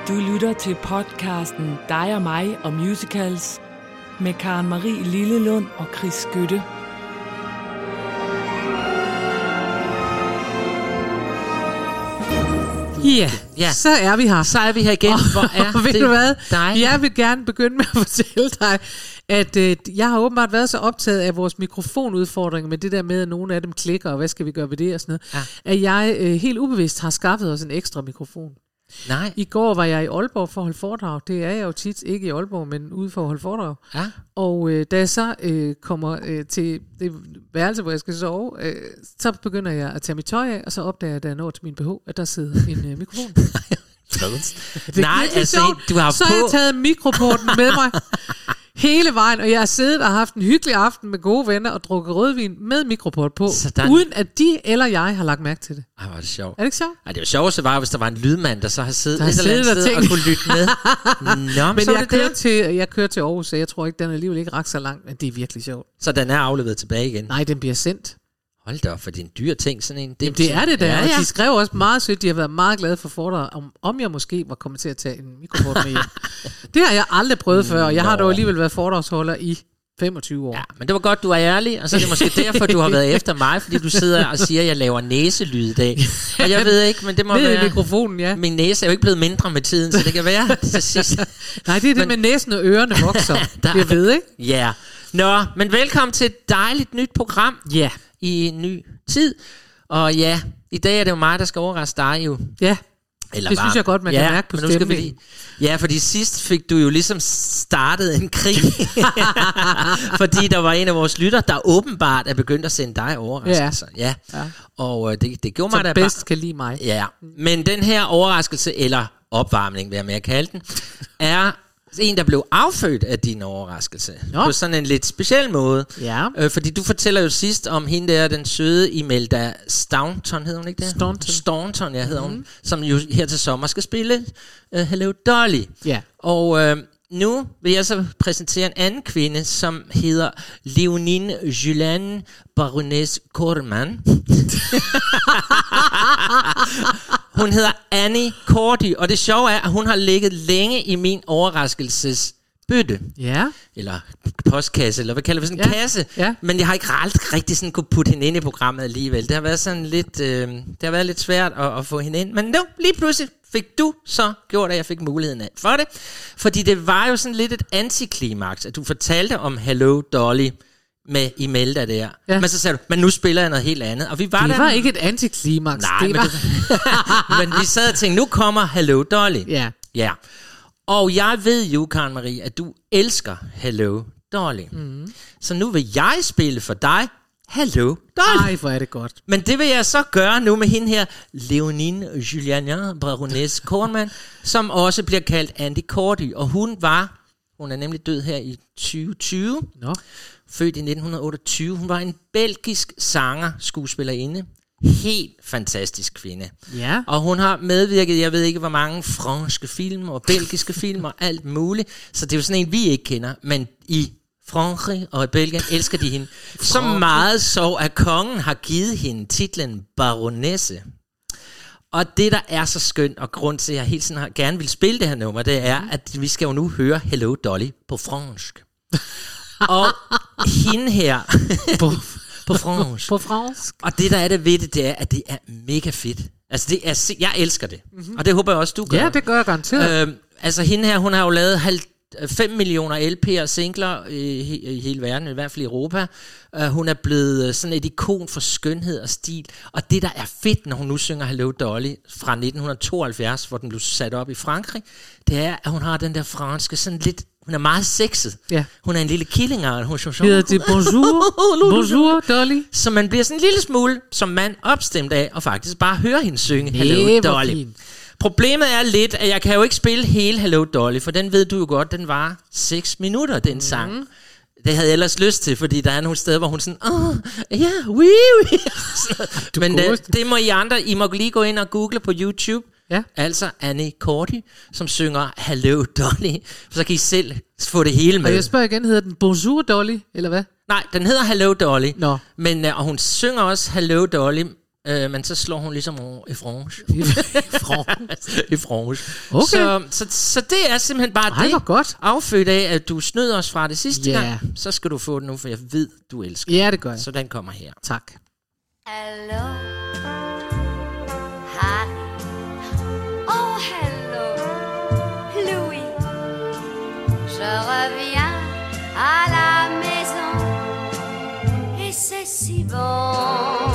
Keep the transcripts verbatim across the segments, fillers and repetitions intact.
Du lytter til podcasten Dig og mig og musicals med Karen Marie Lillelund og Chris Skytte. Ja, ja, så er vi her. Så er vi her igen. Hvor er og ved det du hvad? dejligt. Jeg vil gerne begynde med at fortælle dig, at øh, jeg har åbenbart været så optaget af vores mikrofonudfordringer med det der med, at nogle af dem klikker, og hvad skal vi gøre ved det og sådan noget, ja. At jeg øh, helt ubevidst har skaffet os en ekstra mikrofon. Nej. I går var jeg i Aalborg for at holde foredrag. Det er jeg jo tit, ikke i Aalborg, men ude for at holde foredrag. Ja. Og øh, da jeg så øh, kommer øh, til det værelse, hvor jeg skal sove, øh, så begynder jeg at tage mit tøj af, og så opdager jeg, da jeg når til min B H, at der sidder en øh, mikrofon. Nej, altså, du har så på... har jeg taget mikroporten med mig hele vejen, og jeg har siddet og haft en hyggelig aften med gode venner og drukket rødvin med mikroport på, sådan. Uden at de eller jeg har lagt mærke til det. Ej, hvor er det sjovt. Er det ikke sjovt? Ej, det var sjovt, var, hvis der var en lydmand, der så har siddet et eller andet sted og kunne lytte med. Nå, men så jeg kører, til, jeg kører til Aarhus, så jeg tror ikke, den er alligevel ikke ret så langt, men det er virkelig sjovt. Så den er afleveret tilbage igen? Nej, den bliver sendt. Hold da op, for det er en dyr ting, sådan en. Det, Jamen, det er det der, ja, ja. Og de skrev også meget sødt, de har været meget glade for foredraget, om, om jeg måske var kommet til at tage en mikrofon med hjem. Det har jeg aldrig prøvet før, og jeg har dog alligevel været foredragsholder i femogtyve år. Ja, men det var godt, du er ærlig, og så er det måske derfor, du har været efter mig, fordi du sidder og siger, at jeg laver næselyd i dag. Og jeg ved ikke, men det må med være... mikrofonen, ja. Min næse er jo ikke blevet mindre med tiden, så det kan være til sidst. Nej, det er det men... med næsen og ørerne vokser. Der... Jeg ved, ikke? Ja. Nå, men velkommen til et dejligt nyt program. Ja. I en ny tid. Og ja, i dag er det jo mig, der skal overraske dig jo. Ja. Eller det bare. Synes jeg godt, man ja, kan mærke på stemningen. Vi, ja, fordi sidst fik du jo ligesom startet en krig. Fordi der var en af vores lytter, der åbenbart er begyndt at sende dig overraskelser. Ja. ja. ja. Og øh, det, det gjorde så mig da bedst bare... kan lide mig. Ja, men den her overraskelse, eller opvarmning, hvad jeg med at kalde den, er... en, der blev affødt af din overraskelse. Nå. På sådan en lidt speciel måde. Ja. Øh, fordi du fortæller jo sidst om hende der, den søde Imelda Staunton, hedder hun ikke det? Staunton. Staunton, ja, hedder mm. hun. Som jo her til sommer skal spille uh, Hello Dolly. Ja. Og øh, nu vil jeg så præsentere en anden kvinde, som hedder Léonine Juliane Baroness Corman. Hun hedder Annie Cordy, og det sjove er, at hun har ligget længe i min overraskelsesbøtte. Ja. Eller postkasse, eller hvad kalder vi sådan en ja. kasse. Ja. Men jeg har ikke aldrig rigtig sådan kunne putte hende ind i programmet alligevel. Det har været sådan lidt, øh, det har været lidt svært at, at få hende ind. Men nu, lige pludselig fik du så gjort, at jeg fik muligheden af for det. Fordi det var jo sådan lidt et antiklimaks, at du fortalte om Hello Dolly med Imelda der. Ja. Men så sagde du, men nu spiller jeg noget helt andet. Og vi var det der var ikke et antiklimaks. Nej, det men, var... det, men vi sad og tænkte, nu kommer Hello Dolly. Ja. Ja. Og jeg ved jo, Karen Marie, at du elsker Hello Dolly. Mm. Så nu vil jeg spille for dig Hello Dolly. Ej, hvor er det godt. Men det vil jeg så gøre nu med hende her, Léonine Juliane Baroness Corman, som også bliver kaldt Annie Cordy. Og hun var, hun er nemlig død her i tyve tyve. Nå. Født i nitten otteogtyve. Hun var en belgisk sanger, skuespillerinde. Helt fantastisk kvinde. Ja. Og hun har medvirket, jeg ved ikke hvor mange franske film og belgiske film og alt muligt. Så det er jo sådan en, vi ikke kender. Men i Frankrig og i Belgien elsker de hende. Så meget så, at kongen har givet hende titlen baronesse. Og det, der er så skønt, og grund til, at jeg helt sådan har, gerne vil spille det her nummer, det er, at vi skal jo nu høre Hello Dolly på fransk. Og hende her på, på fransk. På fransk. Og det der er det ved det, det er, at det er mega fedt. Altså det er, jeg elsker det. Mm-hmm. Og det håber jeg også, du gør. Ja, det gør jeg garanteret. Øh, altså hende her, hun har jo lavet fem millioner L P'er og singler i, i hele verden, i hvert fald i Europa. Uh, hun er blevet sådan et ikon for skønhed og stil. Og det, der er fedt, når hun nu synger Hello Dolly fra nitten tooghalvfjerds, hvor den blev sat op i Frankrig, det er, at hun har den der franske sådan lidt. Hun er meget sexet. Ja. Hun er en lille killinger. Hun hedder det bonjour, bonjour Dolly. Så man bliver sådan en lille smule som mand opstemt af, og faktisk bare høre hende synge Hello Dolly. Problemet er lidt, at jeg kan jo ikke spille hele Hello Dolly, for den ved du jo godt, den var seks minutter, den sang. Mm. Det havde jeg ellers lyst til, fordi der er nogle steder, hvor hun sådan, åh, ja, oui, oui. Men det, det må I andre, I må lige gå ind og google på YouTube. Ja. Altså Annie Cordy, som synger Hello Dolly. Så kan I selv få det hele med. Og jeg spørger igen, hedder den Bonjour Dolly, eller hvad? Nej, den hedder Hello Dolly. Nå. Men, og hun synger også Hello Dolly Øh, men så slår hun ligesom over i franche. I franche. Okay. Så, så, så det er simpelthen bare Ej, det. hvor godt. Affødt af, at du snød os fra det sidste Ja. gang. Så skal du få den nu, for jeg ved, du elsker Ja, det gør jeg. Så den kommer her. Tak. Hello, Harry. Oh, hello, Louis. Je reviens à la maison et c'est si bon.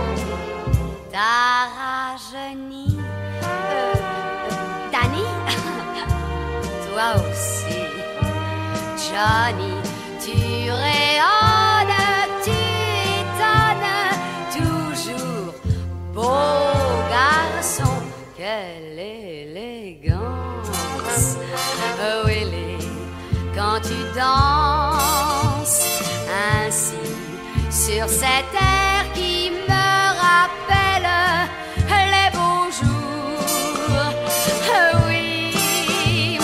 T'as rajeuni, euh, Danny. Toi aussi, Johnny. Tu rayonnes, tu étonnes, toujours beau garçon. Quelle élégance, oh Willy, quand tu danses ainsi sur cette terre qui me rappelle les beaux jours. Oh oui,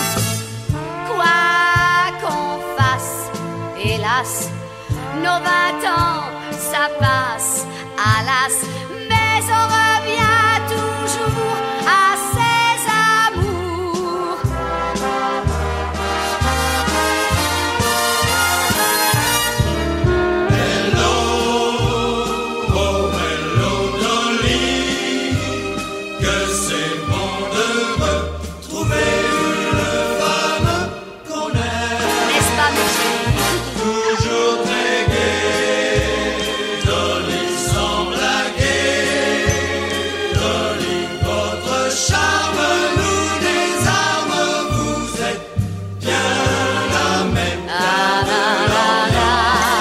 quoi qu'on fasse, hélas, nos vingt ans, ça passe, alas, mais on revient toujours à ses amours. Hello, oh hello Dolly, que c'est bon de retrouver une femme qu'on aime. N'est-ce pas, mes chéris? Toujours très gai, Dolly sans blaguer. Dolly, votre charme nous désarme, vous êtes bien la même Ah, la, la, la.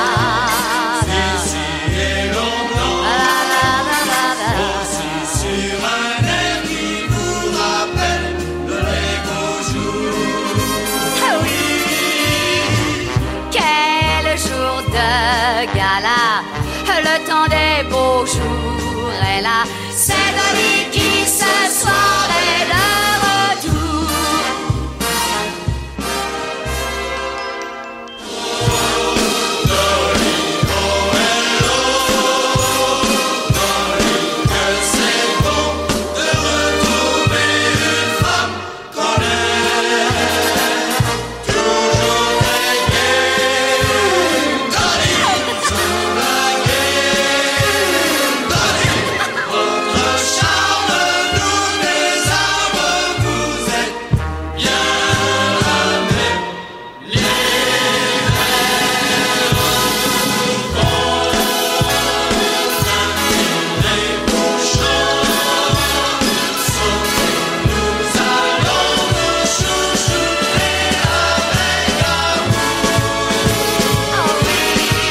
ici et longtemps. La, la, la, la, la. Aussi sur un air qui vous rappelle les beaux jours. Ah oui, quel jour de gala, le temps des beaux jours est là. C'est Dolly qui ce soir est de retour. Que c'est bon de retrouver une femme qu'on aime. Toujours très gaie, Dolly, sans blaguer. Dolly, votre charme nous désarme, vous êtes bien la même. Les beaux chants, nous allons nous chouchouter avec Oh oui,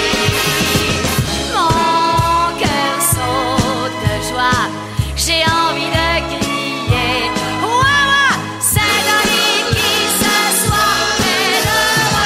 mon cœur saute de joie, j'ai envie de crier. Ouah, ouah, c'est Dolly qui ce soir est de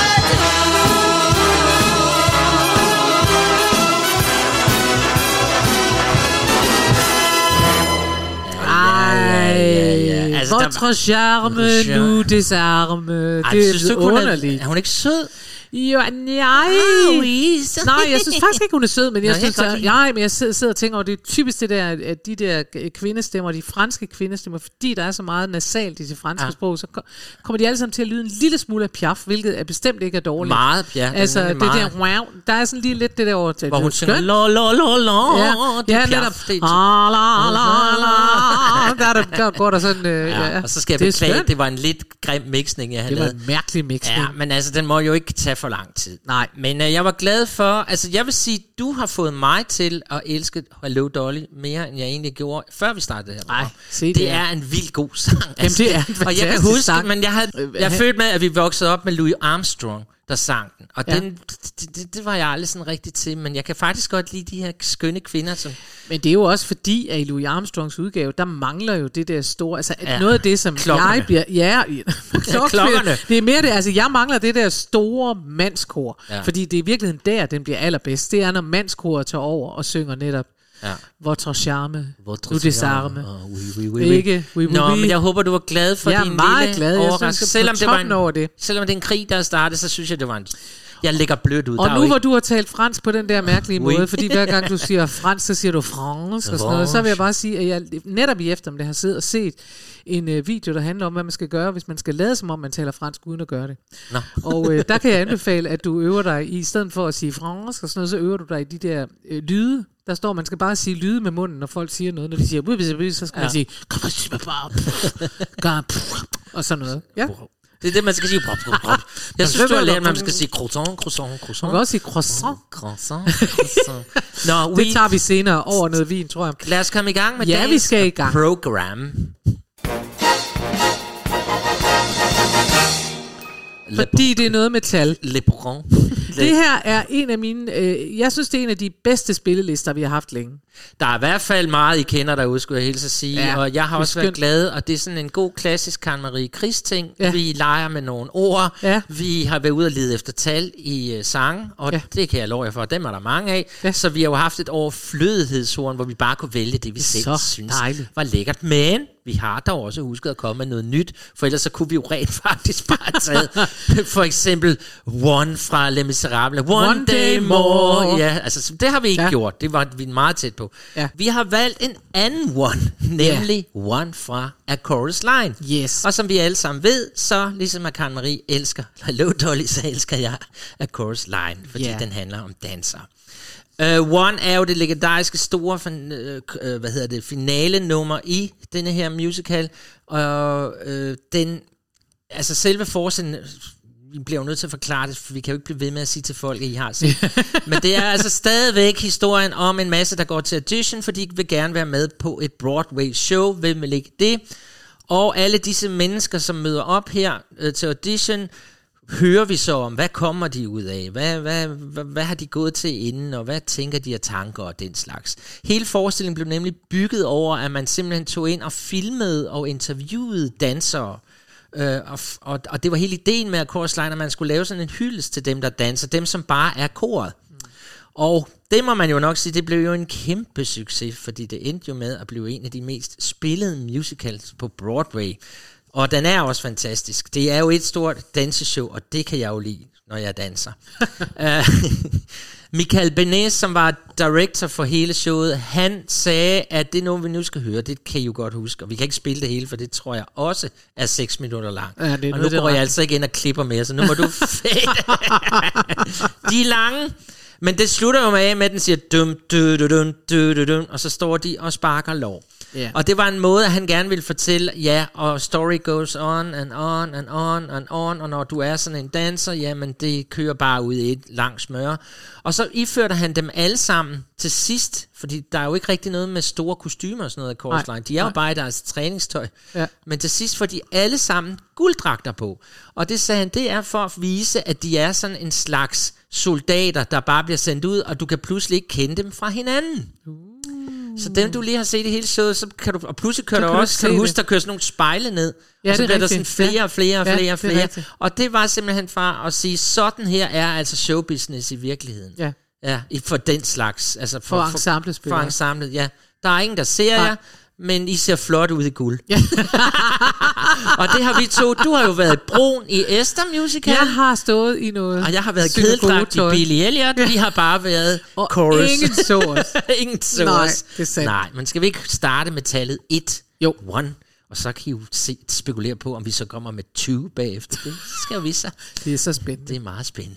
Ej, Altså, der votre charme Charme. nu desarme. Ej, Det synes du er ikke, hun er, underligt. er hun ikke sød? Jo, nej. Louise. Nej, jeg synes faktisk ikke, hun er sød, men jeg, Nå, synes, helt at, godt. nej, men jeg sidder, sidder og tænker over, det er typisk det der, at de der kvindestemmer, de franske kvindestemmer, fordi der er så meget nasalt i det franske Ja. sprog, så ko- kommer de alle sammen til at lyde en lille smule af piaf, hvilket er bestemt ikke er dårligt. Meget, ja. den Altså, er det meget. der, wow, der er sådan lige lidt det der over til. Hvor hun synger, lo, lo, lo, lo. Ja, det ja, er netop. Piaf, det er- Ah, la, la, la. Der, er der, der går der sådan, øh, ja, Ja, og så skal jeg det er beklage, skønt. det var en lidt grim mixning, jeg havde Det var lavet. en mærkelig mixning. Ja, men altså, den må jo ikke tage for lang tid. Nej. Men øh, jeg var glad for, altså jeg vil sige, du har fået mig til at elske Hello Dolly mere, end jeg egentlig gjorde, før vi startede det her program. Ej, se det det er er. en vild god sang. Altså, det er en og jeg kan fantastisk huske, sang. men jeg, havde, Øh, jeg er han- født med, at vi voksede op med Louis Armstrong, der sang den. Og Ja. den, det, det, det var jeg aldrig sådan rigtig til, men jeg kan faktisk godt lide de her skønne kvinder, som... Men det er jo også fordi, at i Louis Armstrongs udgave, der mangler jo det der store, altså Ja. ja. noget af det, som Klokkerne. jeg bliver, ja, klokkerne. klokkerne. Det er mere det, altså jeg mangler det der store mandskor, Ja. ja. fordi det er i virkeligheden der, den bliver allerbedst. Det er, når mandskoret tager over og synger netop, Ja. Votre charme, Votre nu desarme. Oh, oui, oui, oui, oui. Ikke, oui, oui, Nå, oui. men jeg håber, du var glad for Jeg er din meget lille glad. Jeg overraskelse. synes, jeg er på selvom det var en, toppen over det. Selvom det er en krig, der er startet, så synes jeg, det var en Jeg ligger blødt ud. Og der nu ikke... hvor du har talt fransk på den der mærkelige Oui. måde, fordi hver gang du siger fransk, så siger du fransk og sådan noget, så vil jeg bare sige, at jeg netop i eftermiddag har siddet og set en uh, video, der handler om, hvad man skal gøre, hvis man skal lade som om, man taler fransk, uden at gøre det. Nå. Og uh, der kan jeg anbefale, at du øver dig, i stedet for at sige fransk og sådan noget, så øver du dig i de der uh, lyde. Der står, man skal bare sige lyde med munden, når folk siger noget. Når de siger, så skal ja. man sige, og sådan noget. Ja. Det er det, man skal sige. Jeg synes, du har lært, at man skal sige croissant, croissant, croissant. Man kan også sige croissant. Croissant, croissant. Nå, det tager vi senere over noget vin, tror jeg. Lad os komme i gang med ja, vi skal i gang. Program. Fordi det er noget med tal. Le Bourron. Det her er en af mine, øh, jeg synes det er en af de bedste spillelister, vi har haft længe. Der er i hvert fald meget, I kender derude, skulle jeg hilse at sige. Ja, og jeg har også skønt. været glad, og det er sådan en god klassisk Karen Marie Kris-ting. Ja. Vi leger med nogle ord. Ja. Vi har været ude og lede efter tal i uh, sang, og ja. det kan jeg love jer for, dem er der mange af. Ja. Så vi har jo haft et overflødighedshorn, hvor vi bare kunne vælge det, vi det selv synes dejligt. Var lækkert. Men vi har dog også husket at komme med noget nyt, for ellers så kunne vi jo rent faktisk bare tage for eksempel One fra Les Miserables. One, One day, day more. more. Ja, altså det har vi ikke ja. gjort. Det var vi meget tæt på. Ja. Vi har valgt en anden One, nemlig yeah. One fra A Chorus Line. Yes. Og som vi alle sammen ved, så ligesom at Karen Marie elsker, Hello Dolly, så elsker jeg A Chorus Line, fordi yeah. den handler om dansere. Uh, One er jo det legendariske store fin, uh, hvad hedder det, finale nummer i denne her musical, og uh, den, altså selve forsiden, vi bliver jo nødt til at forklare det, for vi kan jo ikke blive ved med at sige til folk, at I har set. Men det er altså stadigvæk historien om en masse, der går til audition, fordi de vil gerne være med på et Broadway show. Hvem vil ikke det? Og alle disse mennesker, som møder op her øh, til audition, hører vi så om, hvad kommer de ud af? Hvad, hvad, hvad, hvad har de gået til inden? Og hvad tænker de af tanker og den slags? Hele forestillingen blev nemlig bygget over, at man simpelthen tog ind og filmede og interviewede dansere. Uh, og, og, og det var hele ideen med A Chorus Line, at man skulle lave sådan en hyldest til dem, der danser, dem som bare er koret. Mm. Og det må man jo nok sige, det blev jo en kæmpe succes, fordi det endte jo med at blive en af de mest spillede musicals på Broadway. Og den er også fantastisk. Det er jo et stort danseshow, og det kan jeg jo lide, når jeg danser. uh, Michael Benes, som var director for hele showet, han sagde, at det er noget, vi nu skal høre. Det kan I jo godt huske, og vi kan ikke spille det hele, for det tror jeg også er seks minutter langt. Ja, og nu går jeg altså ikke ind og klipper mere, så nu må du fade. De er lange, men det slutter jo med af med, at den siger dum, dum, dum, dum, dum, og så står de og sparker lov. Yeah. Og det var en måde, at han gerne ville fortælle, ja, og story goes on and on and on and on, og når du er sådan en danser, jamen det kører bare ud i et langt smør. Og så iførte han dem alle sammen til sidst, fordi der er jo ikke rigtig noget med store kostymer og sådan noget af Chorus Line. De er jo bare i deres træningstøj. Ja. Men til sidst får de alle sammen gulddragter på. Og det sagde han, det er for at vise, at de er sådan en slags soldater, der bare bliver sendt ud, og du kan pludselig ikke kende dem fra hinanden. Uh. Så dem du lige har set i hele showet, så kan du, og pludselig kører der også, kan du huske, der kører sådan nogle spejle ned, ja, og så bliver der sådan flere og flere og flere og flere, ja, og det var simpelthen for at sige, sådan her er altså showbusiness i virkeligheden. Ja. Ja, for den slags, altså for, for ensemblespillere. For ensemblet, ja. Der er ingen, der ser jer, men I ser flot ud i guld. Ja. Og det har vi to. Du har jo været brun i Esther Musical. Jeg har stået i noget. Og jeg har været kedeldragt i Billy Elliot. Vi har bare været og chorus. Ingen så os. Ingen så Nej, os. det er sandt. Nej, men skal vi ikke starte med tallet et? Jo. One. Og så kan I jo se, spekulere på, om vi så kommer med to bagefter. Det skal jo vise sig. Det er så spændende. Det er meget spændende.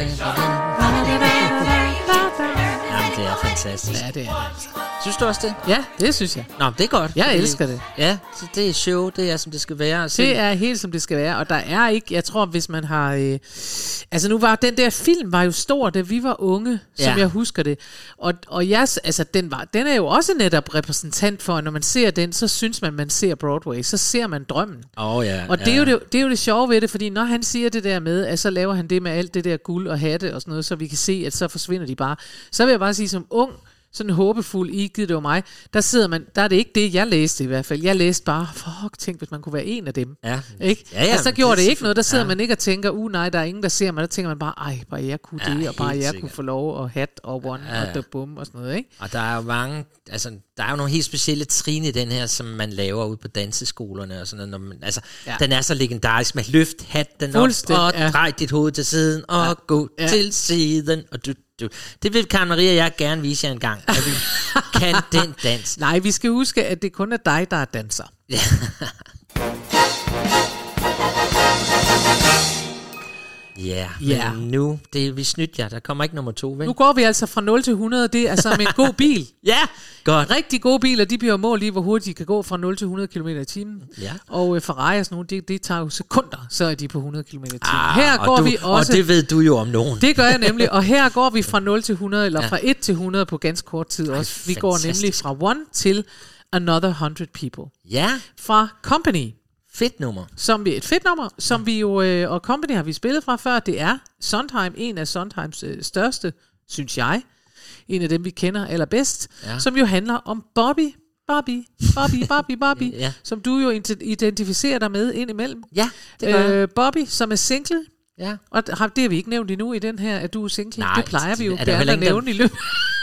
Jamen, det er fantastisk. Ja, det er det altså. Synes du også det? Ja, det synes jeg. Nå, det er godt. Jeg elsker det. Ja, så det er show, det er som det skal være. Det er helt som det skal være, og der er ikke, jeg tror, hvis man har, øh, altså nu var den der film var jo stor, da vi var unge, som Ja. jeg husker det, og, og jeg, altså den var, den er jo også netop repræsentant for, at når man ser den, så synes man, man ser Broadway, så ser man drømmen. Åh oh, ja. Og det, ja. er jo det, det er jo det sjove ved det, fordi når han siger det der med, at så laver han det med alt det der guld og hatte og sådan noget, så vi kan se, at så forsvinder de bare. Så vil jeg bare sige, som ung, sådan håbefuld i, givet det var mig, der sidder man, der er det ikke det, jeg læste i hvert fald. Jeg læste bare, fuck, tænk, hvis man kunne være en af dem. Ja. Ikke? Ja, ja, altså, der gjorde det det ikke noget. Der sidder ja. man ikke og tænker, uh nej, der er ingen, der ser mig. Der tænker man bare, ej, bare jeg kunne Ja, det, og bare helt jeg sikkert. kunne få lov, og hat, og one, Ja, ja. og the bum, og sådan noget, ikke? Og der er jo mange, altså, der er jo nogle helt specielle trin i den her, som man laver ude på danseskolerne og sådan noget. Når man, altså, Ja. den er så legendarisk med løft hatten op, Fuldstændig, og ja. drej dit hoved til siden, og Ja. gå Ja. til siden, og du, du. Det vil Karen Marie og jeg gerne vise jer en gang, at vi kan den dans. Nej, vi skal huske, at det kun er dig, der er danser. Ja, Ja. men nu, det er vi snydt jer, der kommer ikke nummer to, vel? Nu går vi altså fra nul til hundrede, det er altså med en god bil. Ja, godt. Rigtig gode biler, de bliver målt i, hvor hurtigt de kan gå fra nul til hundrede kilometer i timen. Ja. Og øh, Ferrari og sådan nogle, det, det tager jo sekunder, så er de på hundrede kilometer i timen. Ah, Her og går du, vi også... Og det ved du jo om nogen. Det gør jeg nemlig, og her går vi fra nul til hundrede, eller Ja. fra et til hundrede på ganske kort tid også. Vi går fantastisk. nemlig fra one til another hundred people. Ja, Fra Company, fedt nummer. som vi, et fedt nummer, som vi jo, øh, og Company har vi spillet fra før, det er Sondheim, en af Sondheims øh, største, synes jeg, en af dem vi kender allerbedst, Ja. som jo handler om Bobby, Bobby, Bobby, Bobby, Bobby, Ja. som du jo ident- identificerer dig med indimellem. Ja, det gør jeg. Øh, Bobby, som er single, Ja. og har, det har vi ikke nævnt endnu i den her, at du er single. Nej, det plejer vi jo er der gerne heller at ingen, der- nævne i løbet.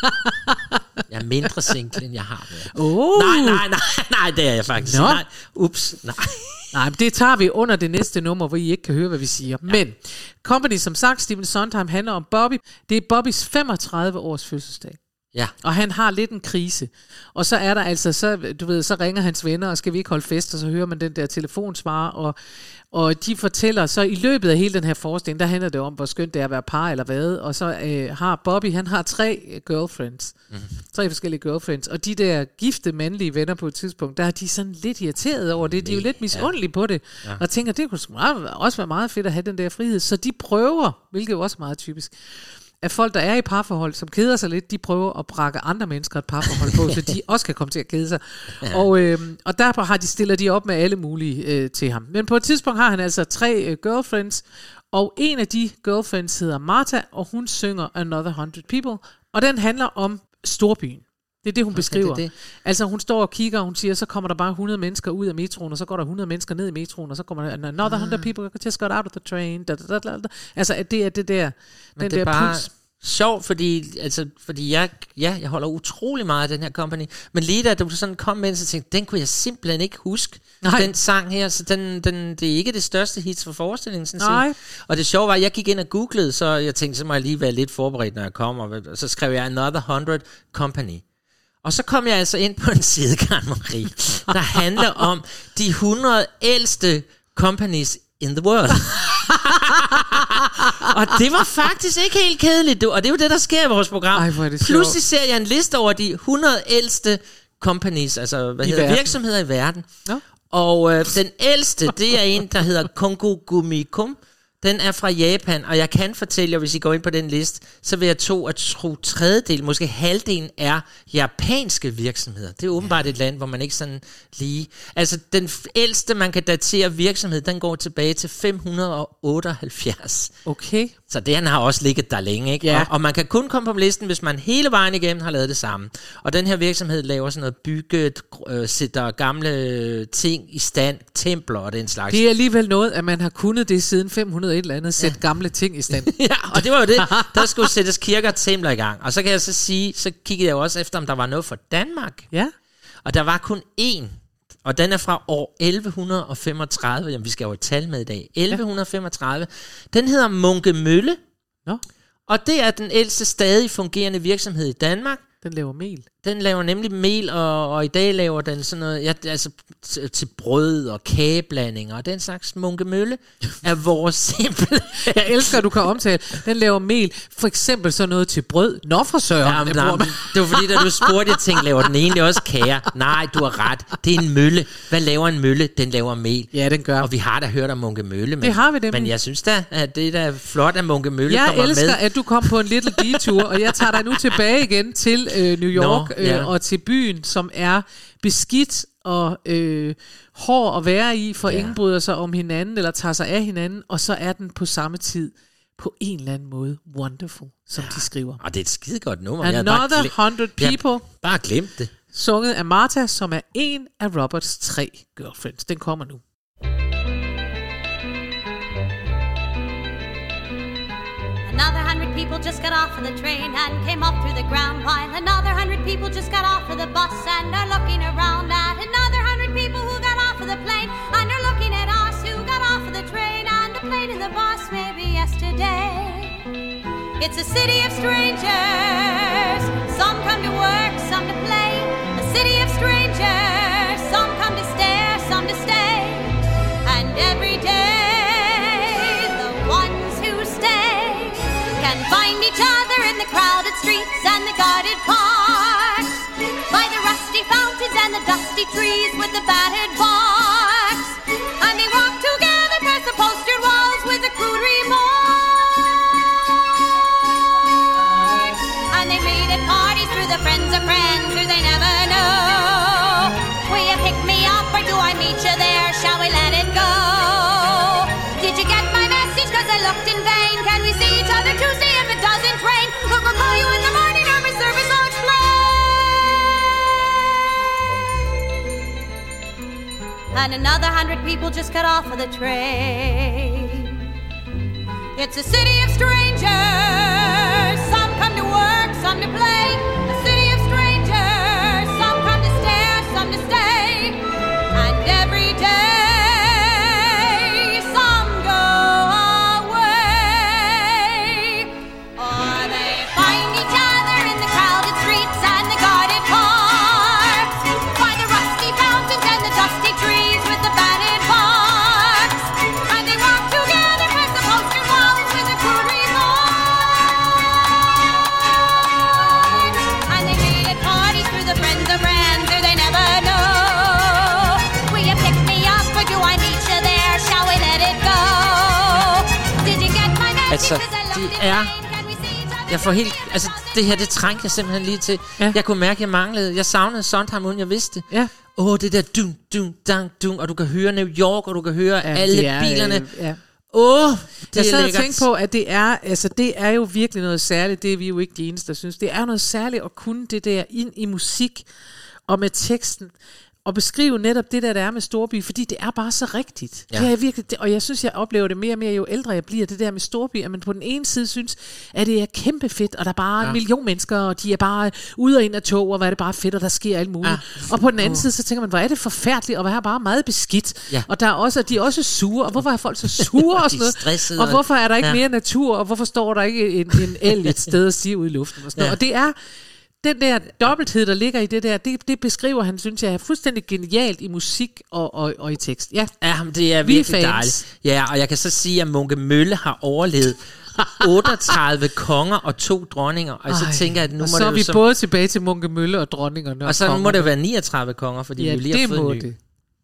Jeg er mindre single, end jeg har været. Oh. Nej, nej, nej, nej, det er jeg faktisk. Nå. Nej, ups, nej. Nej, men det tager vi under det næste nummer, hvor I ikke kan høre, hvad vi siger. Ja. Men Company, som sagt, Stephen Sondheim handler om Bobby. Det er Bobbys femogtredive års fødselsdag. Ja, Og han har lidt en krise. Og så er der altså, så, du ved, så ringer hans venner, og skal vi ikke holde fest, og så hører man den der telefonsvarer, og, og de fortæller, så i løbet af hele den her forestilling, der handler det om, hvor skønt det er at være par eller hvad, og så øh, har Bobby, han har tre øh, girlfriends, mm-hmm. tre forskellige girlfriends, og de der gifte mandlige venner på et tidspunkt, der er de sådan lidt irriteret over det, de er jo lidt misundelige på det, ja. Og tænker, det kunne sgu meget- også være meget fedt at have den der frihed, så de prøver, hvilket jo også er meget typisk, at folk, der er i parforhold, som keder sig lidt, de prøver at brække andre mennesker et parforhold på, så de også kan komme til at kede sig. Ja. Og, øh, og derfor har de, stiller de op med alle mulige øh, til ham. Men på et tidspunkt har han altså tre øh, girlfriends, og en af de girlfriends hedder Martha, og hun synger Another Hundred People, og den handler om storbyen. Det er det, hun beskriver. det er det. Altså, hun står og kigger, og hun siger, så kommer der bare hundrede mennesker ud af metroen, og så går der hundrede mennesker ned i metroen, og så kommer der another hundred people just got out of the train. Da, da, da, da. Altså, at det er det der, men den det er der bare puls. sjovt, fordi, altså, fordi jeg, ja, jeg holder utrolig meget af den her Company, men lige da du sådan kom med, så tænkte den kunne jeg simpelthen ikke huske, Nej. den sang her, så den, den, det er ikke det største hit for forestillingen, sådan Nej. set. Og det sjove var, at jeg gik ind og googlede, så jeg tænkte, så må jeg lige være lidt forberedt, når jeg kommer, og så skrev jeg Another Hundred Company. Og så kom jeg altså ind på en side, Karen Marie, der handler om de hundrede ældste companies in the world. Og det var faktisk ikke helt kedeligt, du. Og det er jo det, der sker i vores program. Ej, hvor er det Pludselig ser jeg en liste over de hundrede ældste companies, altså hvad I hedder verden. virksomheder i verden. Nå. Og øh, den ældste, det er en, der hedder Kongo Gumikum. Den er fra Japan, og jeg kan fortælle jer, hvis I går ind på den liste, så vil jeg tro, at to tredjedel, måske halvdelen er japanske virksomheder. Det er åbenbart et land, hvor man ikke sådan lige... Altså, den f- ældste, man kan datere virksomhed, den går tilbage til fem hundrede otteoghalvfjerds. Okay. Så den har også ligget der længe, ikke? Ja. Og, og man kan kun komme på listen, hvis man hele vejen igennem har lavet det samme. Og den her virksomhed laver sådan noget bygget, øh, sætter gamle ting i stand, templer og den slags. Det er alligevel noget, at man har kunnet det siden fem hundrede et eller andet, sætte ja. gamle ting i stand. Ja, og det var jo det. Der skulle sættes kirker og templer i gang. Og så kan jeg så sige, så kiggede jeg jo også efter, om der var noget for Danmark. Ja. Og der var kun én. Og den er fra år elleve femogtredive. Jamen, vi skal jo et tal med i dag. elleve femogtredive. Den hedder Munkemølle. Nå, Og det er den ældste stadig fungerende virksomhed i Danmark. den laver mel. den laver nemlig mel, og, og i dag laver den sådan noget, ja, altså t- til brød og kageblandinger, og den slags. Munkemølle er vores simple. Jeg elsker, at du kan omtale. Den laver mel, for eksempel sådan noget til brød. Nå for søren. Ja, men, nej, men, det var fordi, da du spurgte, jeg tænkte, laver den egentlig også kager? Nej, du har ret. Det er en mølle. Hvad laver en mølle? Den laver mel. Ja, den gør. Og vi har da hørt om Munkemølle. Men, det har vi dem. Men jeg synes da, at det er da flot, at Munkemølle jeg kommer med. Jeg elsker, at du kom på en little detour, og jeg tager dig nu tilbage igen til øh, New York. Nå, ja. øh, og til byen, som er beskidt og øh, hård at være i, for ja. ingen bryder sig om hinanden, eller tager sig af hinanden, og så er den på samme tid på en eller anden måde wonderful, som ja. de skriver. Og det er et skide godt nummer. Another glem- hundred people. Jeg bare glemt det. Sunget af Martha, som er en af Roberts tre girlfriends. Den kommer nu. Another hundred people just got off of the train and came up through the ground while another hundred people just got off of the bus and are looking around at another hundred people who got off of the plane and are looking at us who got off of the train and the plane and the bus maybe yesterday. It's a city of strangers. Some come to work, some to play. A city of strangers. Some come to stare, some to stay. And every day the ones who stay can find each other in the crowded streets and the guarded parks, by the rusty fountains and the dusty trees with the battered barks, and they walk together past the postered walls with the crude remarks, and they meet at parties through the friends of friends who they never know. Will you pick me up or do I meet you there? Shall we let it go? Did you get my message? Cause I looked in vain. Can we see each other Tuesday if it doesn't rain? We'll go call you in the morning or my service I'll explain. And another hundred people just got off of the train. It's a city of strangers. Some come to work, some to play. A city of strangers. Some come to stare, some to stay. And every day some go away. Or they find each other in the crowded streets and the guarded parks, by the rusty fountains and the dusty trees with the battered barks, and they walk together past the postered walls with the crude remarks, and they meet at parties through the friends of friends who they never know. Will you pick me up or do I meet you there? Shall we let it go? Did you get my message? Altså, de er... Jeg får helt... Altså, det her, det trængte jeg simpelthen lige til. Ja. Jeg kunne mærke, at jeg manglede... Jeg savnede Sondheim, uden jeg vidste det. Ja. Åh, oh, det der dun, dun, dang, dun, og du kan høre New York, og du kan høre ja, alle er, bilerne. Øh, ja. Åh, oh, det jeg er sad og lækkert. tænkte på, at det er, altså, det er jo virkelig noget særligt. Det er vi jo ikke de eneste, der synes. Det er noget særligt at kunne det der ind i musik og med teksten. Og beskrive netop det der, der er med storby, fordi det er bare så rigtigt. Ja. Det er virkelig, det, og jeg synes, jeg oplever det mere og mere, jo ældre jeg bliver, det der med storby, at man på den ene side synes, at det er kæmpe fedt, og der er bare ja. en million mennesker, og de er bare ude og ind af tog, og hvad er det bare fedt, og der sker alt muligt. Ja. Og på den anden uh. side, så tænker man, hvor er det forfærdeligt, og hvad er bare meget beskidt. Ja. Og der er også, de er også sure, og hvorfor er folk så sure og sådan noget? Og hvorfor er der ikke ja. mere natur, og hvorfor står der ikke en, en el et sted at sige ude i luften? Og, sådan ja. og det er... Den der dobbelthed, der ligger i det der, det, det beskriver han, synes jeg, er fuldstændig genialt i musik og, og, og i tekst. Ja, ja det er virkelig dejligt. Ja, og jeg kan så sige, at Munkemølle har overlevet otteogtredive konger og to dronninger. Og Ej, så tænker jeg, at nu og må så det er vi som... både tilbage til Munkemølle og dronningerne. Og, og så konger. Må det være niogtredive konger, fordi ja, vi lige har fået en ny. Det.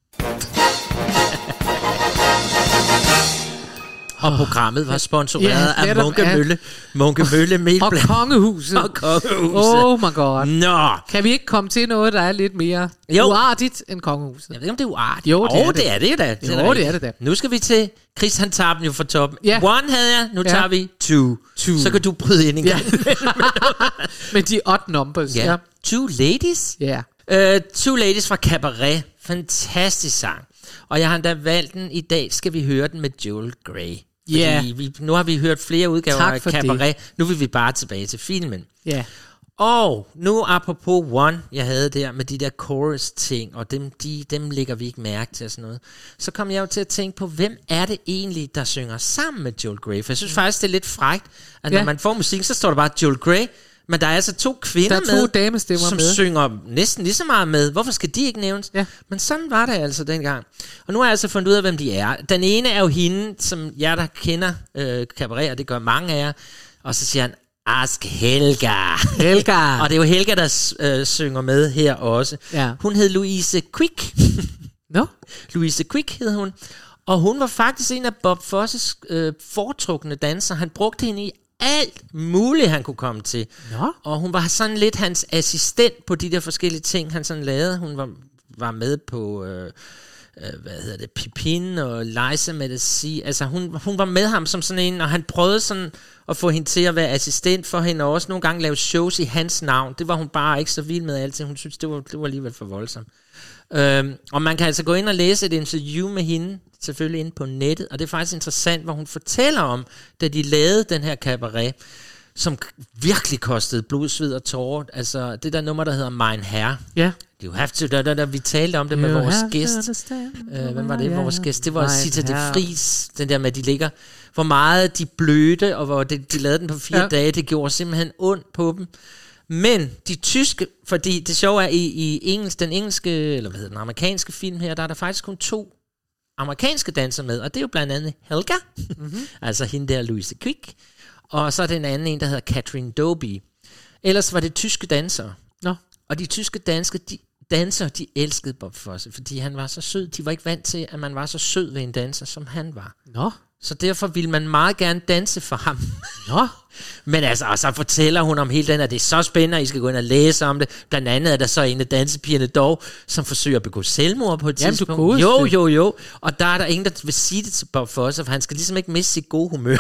Og programmet var sponsoreret ja, af Munkemølle, Munkemølle Melbland. Og Kongehuset. Og Kongehuset. Oh my god. Nå. Kan vi ikke komme til noget, der er lidt mere jo. uartigt end Kongehuset? Jeg ved ikke, om det er uartigt. Jo, det, oh, er, det. det er det da. Det jo, det er det da. Nu skal vi til Chris, han tager dem jo fra toppen. Ja. One havde jeg, nu tager ja. vi two. two. Så kan du bryde ind igen. Ja. Med de odd numbers. Ja. Ja. Two Ladies. Ja. Yeah. Uh, two Ladies fra Cabaret. Fantastisk sang. Og jeg har endda valgt den. I dag skal vi høre den med Joel Grey. Ja. Yeah. Vi, nu har vi hørt flere udgaver af Cabaret. Det. Nu vil vi bare tilbage til filmen. Ja. Yeah. Og nu apropos One, jeg havde der med de der chorus-ting, og dem, de, dem lægger vi ikke mærke til og sådan noget. Så kom jeg jo til at tænke på, hvem er det egentlig, der synger sammen med Joel Grey? For jeg synes faktisk, det er lidt frækt, at når yeah. man får musik, så står der bare Joel Grey, Men der er altså to kvinder der er to med, damestemmer som med. synger næsten lige så meget med. Hvorfor skal de ikke nævnes? Ja. Men sådan var det altså dengang. Og nu har jeg altså fundet ud af, hvem de er. Den ene er jo hende, som jeg der kender øh, cabaret, og det gør mange af jer. Og så siger han, Ask Helga. Helga. Og det er jo Helga, der øh, synger med her også. Ja. Hun hed Louise Quick. Nå? Louise Quick hed hun. Og hun var faktisk en af Bob Fosses øh, foretrukne danser. Han brugte hende i alt muligt, han kunne komme til. Nå? Og hun var sådan lidt hans assistent på de der forskellige ting, han sådan lavede. Hun var, var med på, øh, øh, hvad hedder det, Pipin og Liza med det sige. Altså hun, hun var med ham som sådan en, og han prøvede sådan at få hende til at være assistent for hende, og også nogle gange lave shows i hans navn. Det var hun bare ikke så vild med altid. Hun synes, det var, det var alligevel for voldsomt. Øhm, og man kan altså gå ind og læse et interview med hende, selvfølgelig inde på nettet, og det er faktisk interessant, hvor hun fortæller om, da de lavede den her cabaret, som virkelig kostede blod, sved og tårer. Altså det der nummer, der hedder Mein Herr. Ja. You have to, da, da, da, vi talte om det med You vores have gæst. Øh, hvem var det, yeah. vores gæst? Det var Mein Sita de Herr. Vries, den der med, at de ligger, hvor meget de blødte, og hvor de, de lavede den på fire Ja. dage, det gjorde simpelthen ondt på dem. Men de tyske, fordi det sjove er, i, i engelsk, den engelske, eller hvad hedder den amerikanske film her, der er der faktisk kun to amerikanske danser med, og det er jo blandt andet Helga, mm-hmm. altså hende der Louise Quick, og så er den anden en, der hedder Catherine Doby. Ellers var det tyske dansere. Nå. Og de tyske danske, de dansere, de elskede Bob Fosse, fordi han var så sød. De var ikke vant til, at man var så sød ved en danser, som han var. Nå. Så derfor ville man meget gerne danse for ham. Nå. Men altså, og så fortæller hun om hele den, at det er så spændende, I skal gå ind og læse om det. Blandt andet er der så en af dansepigerne dog, som forsøger at begå selvmord på et Jamen, tidspunkt. du godeste. Jo, jo, jo. Og der er der ingen, der vil sige det til Bob Fosse, for han skal ligesom ikke miste sit gode humør.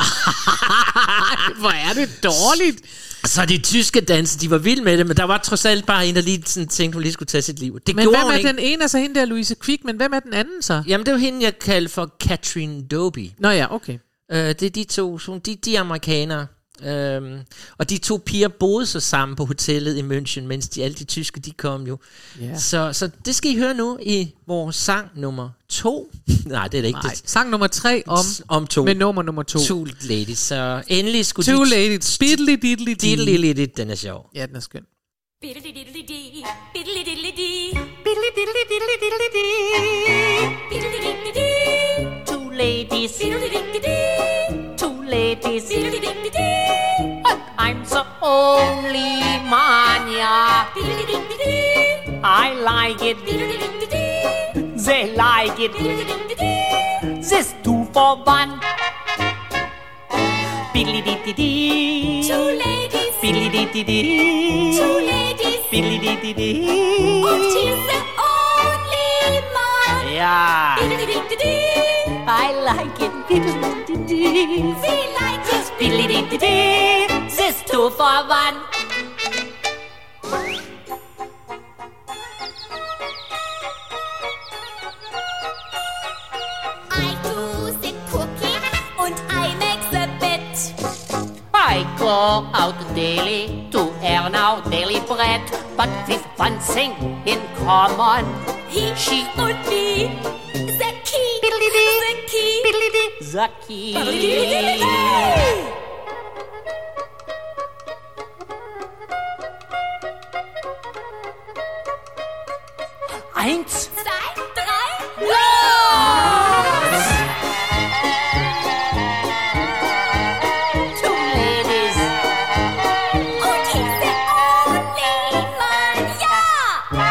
Hvor er det dårligt. Så de tyske danser, de var vilde med det, men der var trods alt bare en, der lige sådan tænkte, hun lige skulle tage sit liv. Det Men gjorde hvem hun er ikke. den ene, altså hende der Louise Quick, men hvem er den anden så? Jamen, det er jo hende, jeg kalder for Catherine Doby. Nå ja, okay. Uh, det er de to, så de, de er amerikanere. Um, og de to piger boede så sammen på hotellet i München, mens de, alle de tyske, de kom jo. Yeah. Så, så det skal I høre nu i vores sang nummer to. Nej, det er det ikke. Nej, Det, sang nummer tre om, om to. med nummer nummer to. Two ladies. Så endelig skulle Two de... ladies. Speedly diddly dee. Diddly diddly, den er sjov. Ja, den er skøn. Biddly-diddly-dee, biddly-diddly-dee, biddly-diddly-diddly-dee, biddly-diddly-dee. Two ladies, biddly-diddly-dee, two ladies, biddly-diddly-dee. And I'm the only man, yeah. Biddly-diddly-dee. I like it, biddly-diddly-dee. They like it, biddly-diddly-dee. This two for one. Biddly-diddly-dee. Two ladies, biddly-diddly-dee. Two ladies, biddly-diddly-dee. And he's the only man. Ja. Biddly-diddly-dee. I like it, biddly-diddly-dee. We like it, biddly-diddly-dee. This two for one. I do the cooking and I make the bed. I go out daily to earn our daily bread, but with one thing in common. He, she, and me. The key. The key. The key. Biddly-diddly-dee. Eins, Zwei, drei, los! two ladies. Und he's the only man, ja!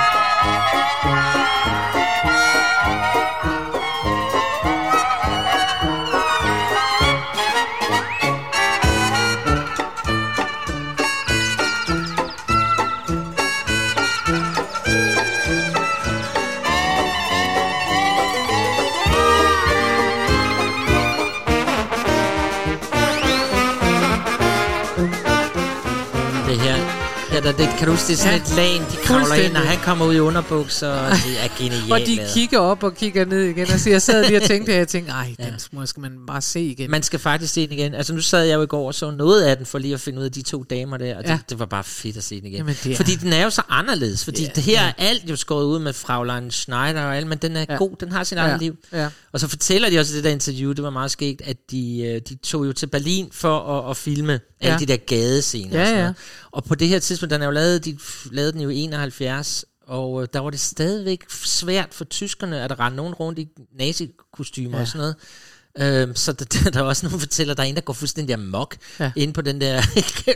Ja, der, det kan du huske, det er sådan ja. et lag, de kravler ind, og han kommer ud i underbukser, og det er genialt. Og de kigger op og kigger ned igen, og så jeg sad lige og tænkte, at jeg tænkte, ej, den ja. skal man bare se igen. Man skal faktisk se den igen. Altså nu sad jeg jo i går og så noget af den, for lige at finde ud af de to damer der, og ja. det, det var bare fedt at se den igen. Jamen, er... Fordi den er jo så anderledes, fordi ja, det her ja. er alt jo skåret ud med Fraulein Schneider og alt, men den er ja. god, den har sin ja. eget liv. Ja. Og så fortæller de også i det der interview, det var meget skægt, at de, de tog jo til Berlin for at, at filme alle ja. de der gadescener. Ja, og, ja. og på det her tidspunkt, den er jo lavet, de lavede den jo i enoghalvfjerds, og øh, der var det stadigvæk svært for tyskerne, at der rendte nogen rundt i nazikostymer ja. og sådan noget. Øhm, så der, der er også nogen fortæller, der er en, der går fuldstændig amok ja. ind på den der,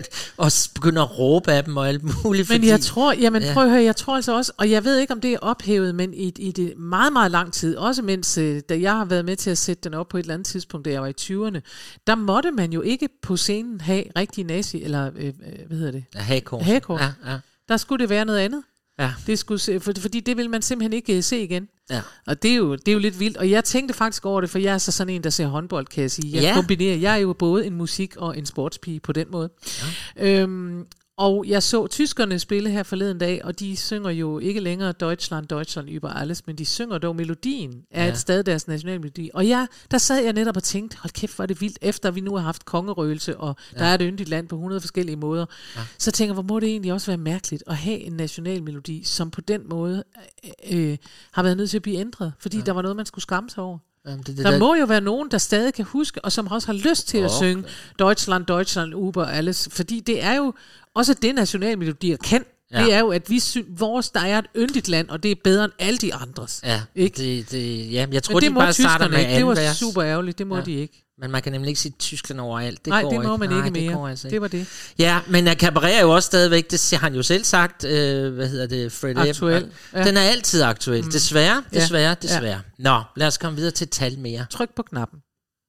og begynder at råbe af dem og alt muligt. Men fordi, jeg tror, jamen ja. prøv at høre, jeg tror altså også, og jeg ved ikke, om det er ophævet, men i, i det meget, meget lang tid, også mens, da jeg har været med til at sætte den op på et eller andet tidspunkt, da jeg var i tyverne, der måtte man jo ikke på scenen have rigtig nazi, eller øh, hvad hedder det? Ja, hagekors. Hagekors. Ja, ja. Der skulle det være noget andet. Ja. Det skulle, for, fordi det vil man simpelthen ikke se igen. Ja. Og det er, jo, det er jo lidt vildt. Og jeg tænkte faktisk over det, for jeg er så sådan en, der ser håndbold, kan jeg sige. Jeg ja. kombinerer. Jeg er jo både en musik- og en sportspige på den måde. Ja. Øhm, og jeg så tyskerne spille her forleden dag, og de synger jo ikke længere Deutschland, Deutschland über alles, men de synger dog melodien af ja. et stadig deres nationalmelodi. Og ja, der sad jeg netop og tænkte, hold kæft, hvor er det vildt, efter vi nu har haft kongerøgelse, og ja. der er et yndigt land på hundrede forskellige måder. Ja. Så tænker jeg, hvor må det egentlig også være mærkeligt at have en nationalmelodi, som på den måde øh, har været nødt til at blive ændret, fordi ja. der var noget, man skulle skamme sig over. Jamen, det, det der, der må jo være nogen, der stadig kan huske, og som også har lyst til okay. at synge Deutschland, Deutschland, über alles, fordi det er jo også det nationalmelodier kan. Ja. Det er jo, at vi sy- vores, der er et yndigt land, og det er bedre end alle de andres. Ja, ikke? Det, det, ja jeg tror, men det de bare starter med ikke. Det var vers. super ærgerligt, det må ja. de ikke. Men man kan nemlig ikke sige Tyskland overalt. Det Nej, går det må ikke. man Nej, ikke mere. Det, altså ikke. Det var det. Ja, men Cabaret er jo også stadigvæk, det har han jo selv sagt, øh, hvad hedder det, Fred aktuel. Ja. Den er altid aktuel. Mm. Desværre, desværre, ja. desværre. Ja. Nå, lad os komme videre til et tal mere. Tryk på knappen.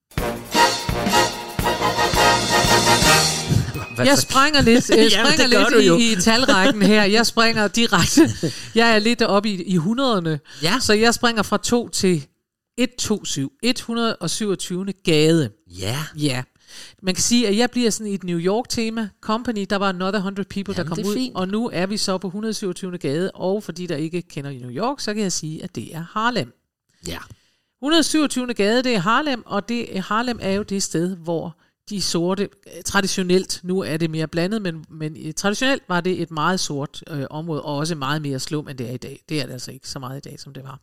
Jeg springer lidt, jeg springer Jamen, lidt i, i talrækken her. Jeg springer direkte. Jeg er lidt oppe i, i hundrederne. Ja. Så jeg springer fra to til et to syv. et hundrede og syvogtyvende gade. Ja. Ja. Man kan sige, at jeg bliver sådan i et New York-tema. Company, der var Another hundred People, Jamen, der kom ud. Fint. Og nu er vi så på et hundrede og syvogtyvende gade. Og fordi der ikke kender i New York, så kan jeg sige, at det er Harlem. Ja. et hundrede og syvogtyvende gade, det er Harlem. Og det, Harlem er jo det sted, hvor de sorte, traditionelt, nu er det mere blandet, men, men traditionelt var det et meget sort øh, område, og også meget mere slum, end det er i dag. Det er det altså ikke så meget i dag, som det var.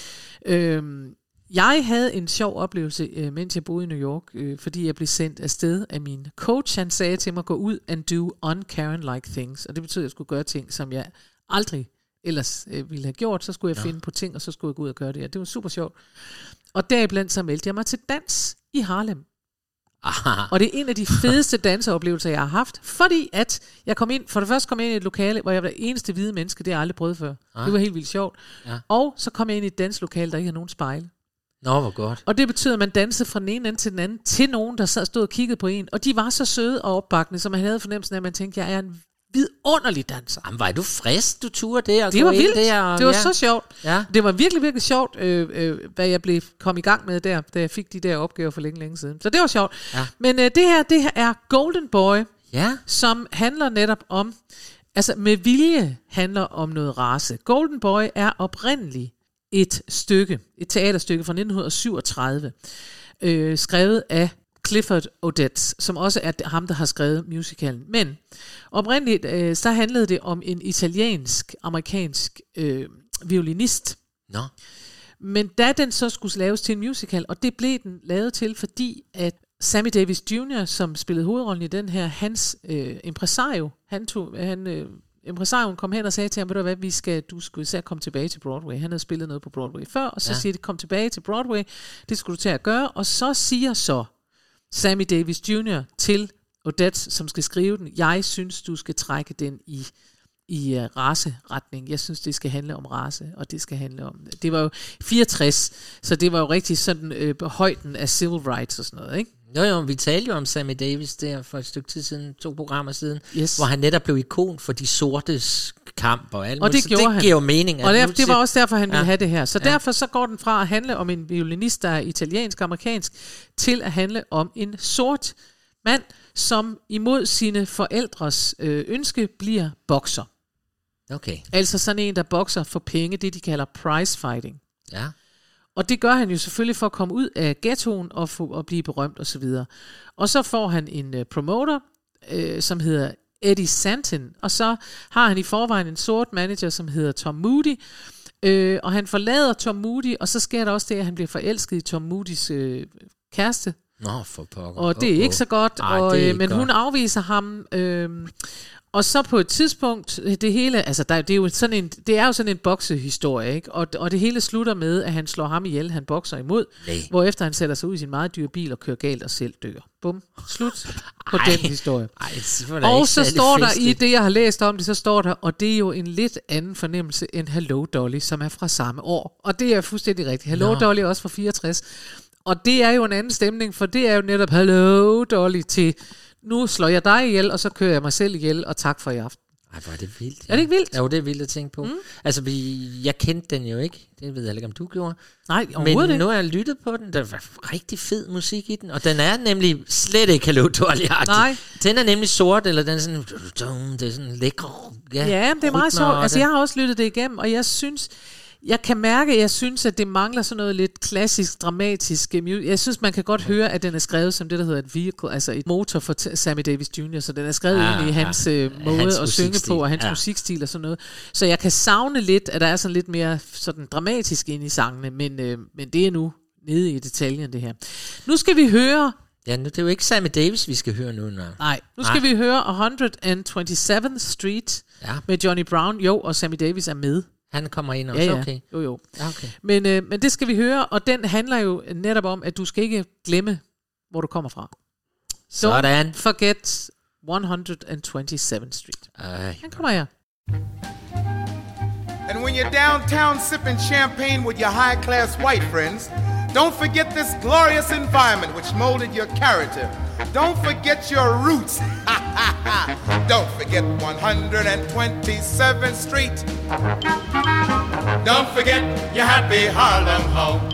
Øhm, jeg havde en sjov oplevelse, øh, mens jeg boede i New York, øh, fordi jeg blev sendt afsted af min coach. Han sagde til mig, gå ud and do un-Karen-like things. Og det betyder, at jeg skulle gøre ting, som jeg aldrig ellers øh, ville have gjort. Så skulle jeg ja. finde på ting, og så skulle jeg gå ud og gøre det. Og det var super sjovt. Og deriblandt så meldte jeg mig til dans i Harlem. Aha. Og det er en af de fedeste danseoplevelser, jeg har haft, fordi at jeg kom ind, for det første kom jeg ind i et lokale, hvor jeg var det eneste hvide menneske, det har jeg aldrig prøvet før. Ah. Det var helt vildt sjovt. Ja. Og så kom jeg ind i et danslokale, der ikke havde nogen spejle. Nå, hvor godt. Og det betyder, at man dansede fra den ene ende til den anden, til nogen, der sad, stod og kiggede på en. Og de var så søde og opbakkende, så man havde fornemmelsen af, at man tænkte, jeg er en vidunderlig danser. Jamen, var du frisk, du turde det? Det var vildt. Der, og, det var ja. så sjovt. Ja. Det var virkelig, virkelig sjovt, øh, øh, hvad jeg blev kom i gang med der, da jeg fik de der opgaver for længe, længe siden. Så det var sjovt. Ja. Men øh, det her, det her er Golden Boy, ja. som handler netop om, altså med vilje handler om noget race. Golden Boy er oprindeligt et stykke, et teaterstykke fra nitten syvogtredive, øh, skrevet af Clifford Odets, som også er ham, der har skrevet musicalen. Men oprindeligt, øh, så handlede det om en italiensk-amerikansk øh, violinist. Nå. Men da den så skulle laves til en musical, og det blev den lavet til, fordi at Sammy Davis junior, som spillede hovedrollen i den her, hans øh, impresario, han tog, han, øh, impresarioen kom hen og sagde til ham, ved du hvad, vi skal, du skulle især komme tilbage til Broadway. Han havde spillet noget på Broadway før, og så ja. siger de, kom tilbage til Broadway, det skulle du til at gøre, og så siger så Sammy Davis junior til Odets, som skal skrive den, jeg synes, du skal trække den i, i uh, raceretning. Jeg synes, det skal handle om race, og det skal handle om... Det var jo fireogtres, så det var jo rigtig sådan øh, højden af civil rights og sådan noget, ikke? Jo, jo, vi talte jo om Sammy Davis der for et stykke tid siden, to programmer siden, yes. hvor han netop blev ikon for de sortes kamp og alt og det, så gjorde det han. giver jo mening. Og derfor, det var også derfor, han ja. ville have det her. Så ja. derfor så går den fra at handle om en violinist, der er italiensk-amerikansk, til at handle om en sort mand, som imod sine forældres øh, ønske bliver bokser. Okay. Altså sådan en, der bokser for penge, det de kalder prize fighting. Ja. Og det gør han jo selvfølgelig for at komme ud af ghettoen og, få, og blive berømt og så videre. Og så får han en uh, promoter, uh, som hedder Eddie Santin, og så har han i forvejen en sort manager, som hedder Tom Moody, uh, og han forlader Tom Moody, og så sker der også det, at han bliver forelsket i Tom Moodys uh, kæreste. Nå, for pokker. Og det er oh, ikke så godt, Ej, og, øh, men godt. hun afviser ham. Øh, og så på et tidspunkt, det hele, altså der, det er jo sådan en, det er jo sådan en boksehistorie, ikke? Og, og det hele slutter med, at han slår ham ihjel, han bokser imod, Nej. hvorefter han sætter sig ud i sin meget dyre bil og kører galt og selv dør. Bum, slut på Ej. den historie. Ej, det var da Og ikke så særlig står der i festligt. det, jeg har læst om det, så står der, og det er jo en lidt anden fornemmelse end Hello Dolly, som er fra samme år. Og det er fuldstændig rigtigt. Hello Nå. Dolly er også fra fireogtres. Og det er jo en anden stemning, for det er jo netop Hello Dolly til, nu slår jeg dig ihjel, og så kører jeg mig selv ihjel, og tak for i aften. Ej, hvor er det vildt. Er det ikke vildt? Jo, det er vildt at tænke på. Mm. Altså, vi, jeg kendte den jo ikke. Det ved jeg ikke, om du gjorde. Nej, Men overhovedet nu ikke. har jeg lyttet på den. Der var rigtig fed musik i den. Og den er nemlig slet ikke Hello Dolly-agtig. Nej. Den er nemlig sort, eller den er sådan... Det er sådan lækker... Ja, Ja, det er meget rytmer, sjovt. og Altså, den- jeg har også lyttet det igennem, og jeg synes... Jeg kan mærke, at jeg synes, at det mangler sådan noget lidt klassisk, dramatisk music. Jeg synes, man kan godt høre, at den er skrevet som det, der hedder et vehicle, altså et motor for t- Sammy Davis junior Så den er skrevet Ah, egentlig i hans øh, måde hans at synge musikstil. på, og hans Ja. musikstil og sådan noget. Så jeg kan savne lidt, at der er sådan lidt mere sådan dramatisk ind i sangene, men, øh, men det er nu nede i detaljen, det her. Nu skal vi høre... Ja, nu, det er jo ikke Sammy Davis, vi skal høre nu. Nej, Nej, nu skal Nej. vi høre one hundred twenty-seventh Street Ja. med Johnny Brown. Jo, og Sammy Davis er med. Han kommer ind også, Ja, ja. okay. Jo, jo. Ja, okay. Men, øh, men det skal vi høre, og den handler jo netop om, at du skal ikke glemme, hvor du kommer fra. Sådan. Don't forget one hundred twenty-seventh Street. Ej. Den kommer her. And when you're downtown sipping champagne with your high-class white friends, don't forget this glorious environment which molded your character. Don't forget your roots. Don't forget one hundred twenty-seventh Street. Don't forget your happy Harlem home.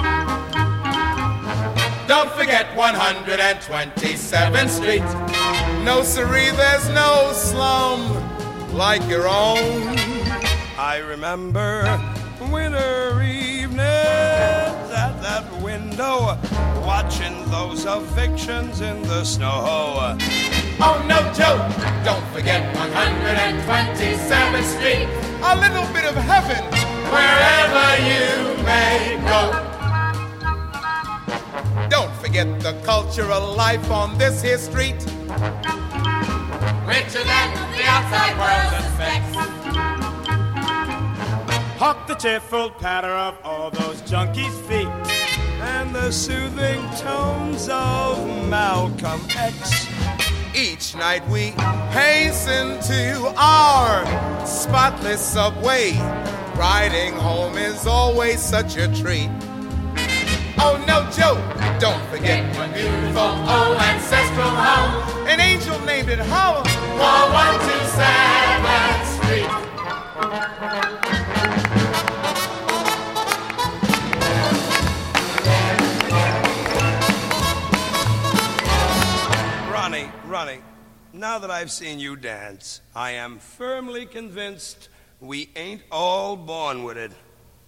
Don't forget one hundred twenty-seventh Street. No, siree, there's no slum like your own. I remember winter evenings at that window, watching those evictions in the snow. Oh, no joke. Don't forget one hundred twenty-seventh Street. A little bit of heaven wherever you may go. Don't forget the cultural life on this here street. Richer than the outside world suspects. Hark the cheerful patter of all those junkies' feet, and the soothing tones of Malcolm X. Each night we hasten to our spotless subway. Riding home is always such a treat. Oh, no joke. Don't forget my beautiful old ancestral home. An angel named it Harlem for one twenty-seventh Street. Ronnie, Ronnie, now that I've seen you dance, I am firmly convinced we ain't all born with it.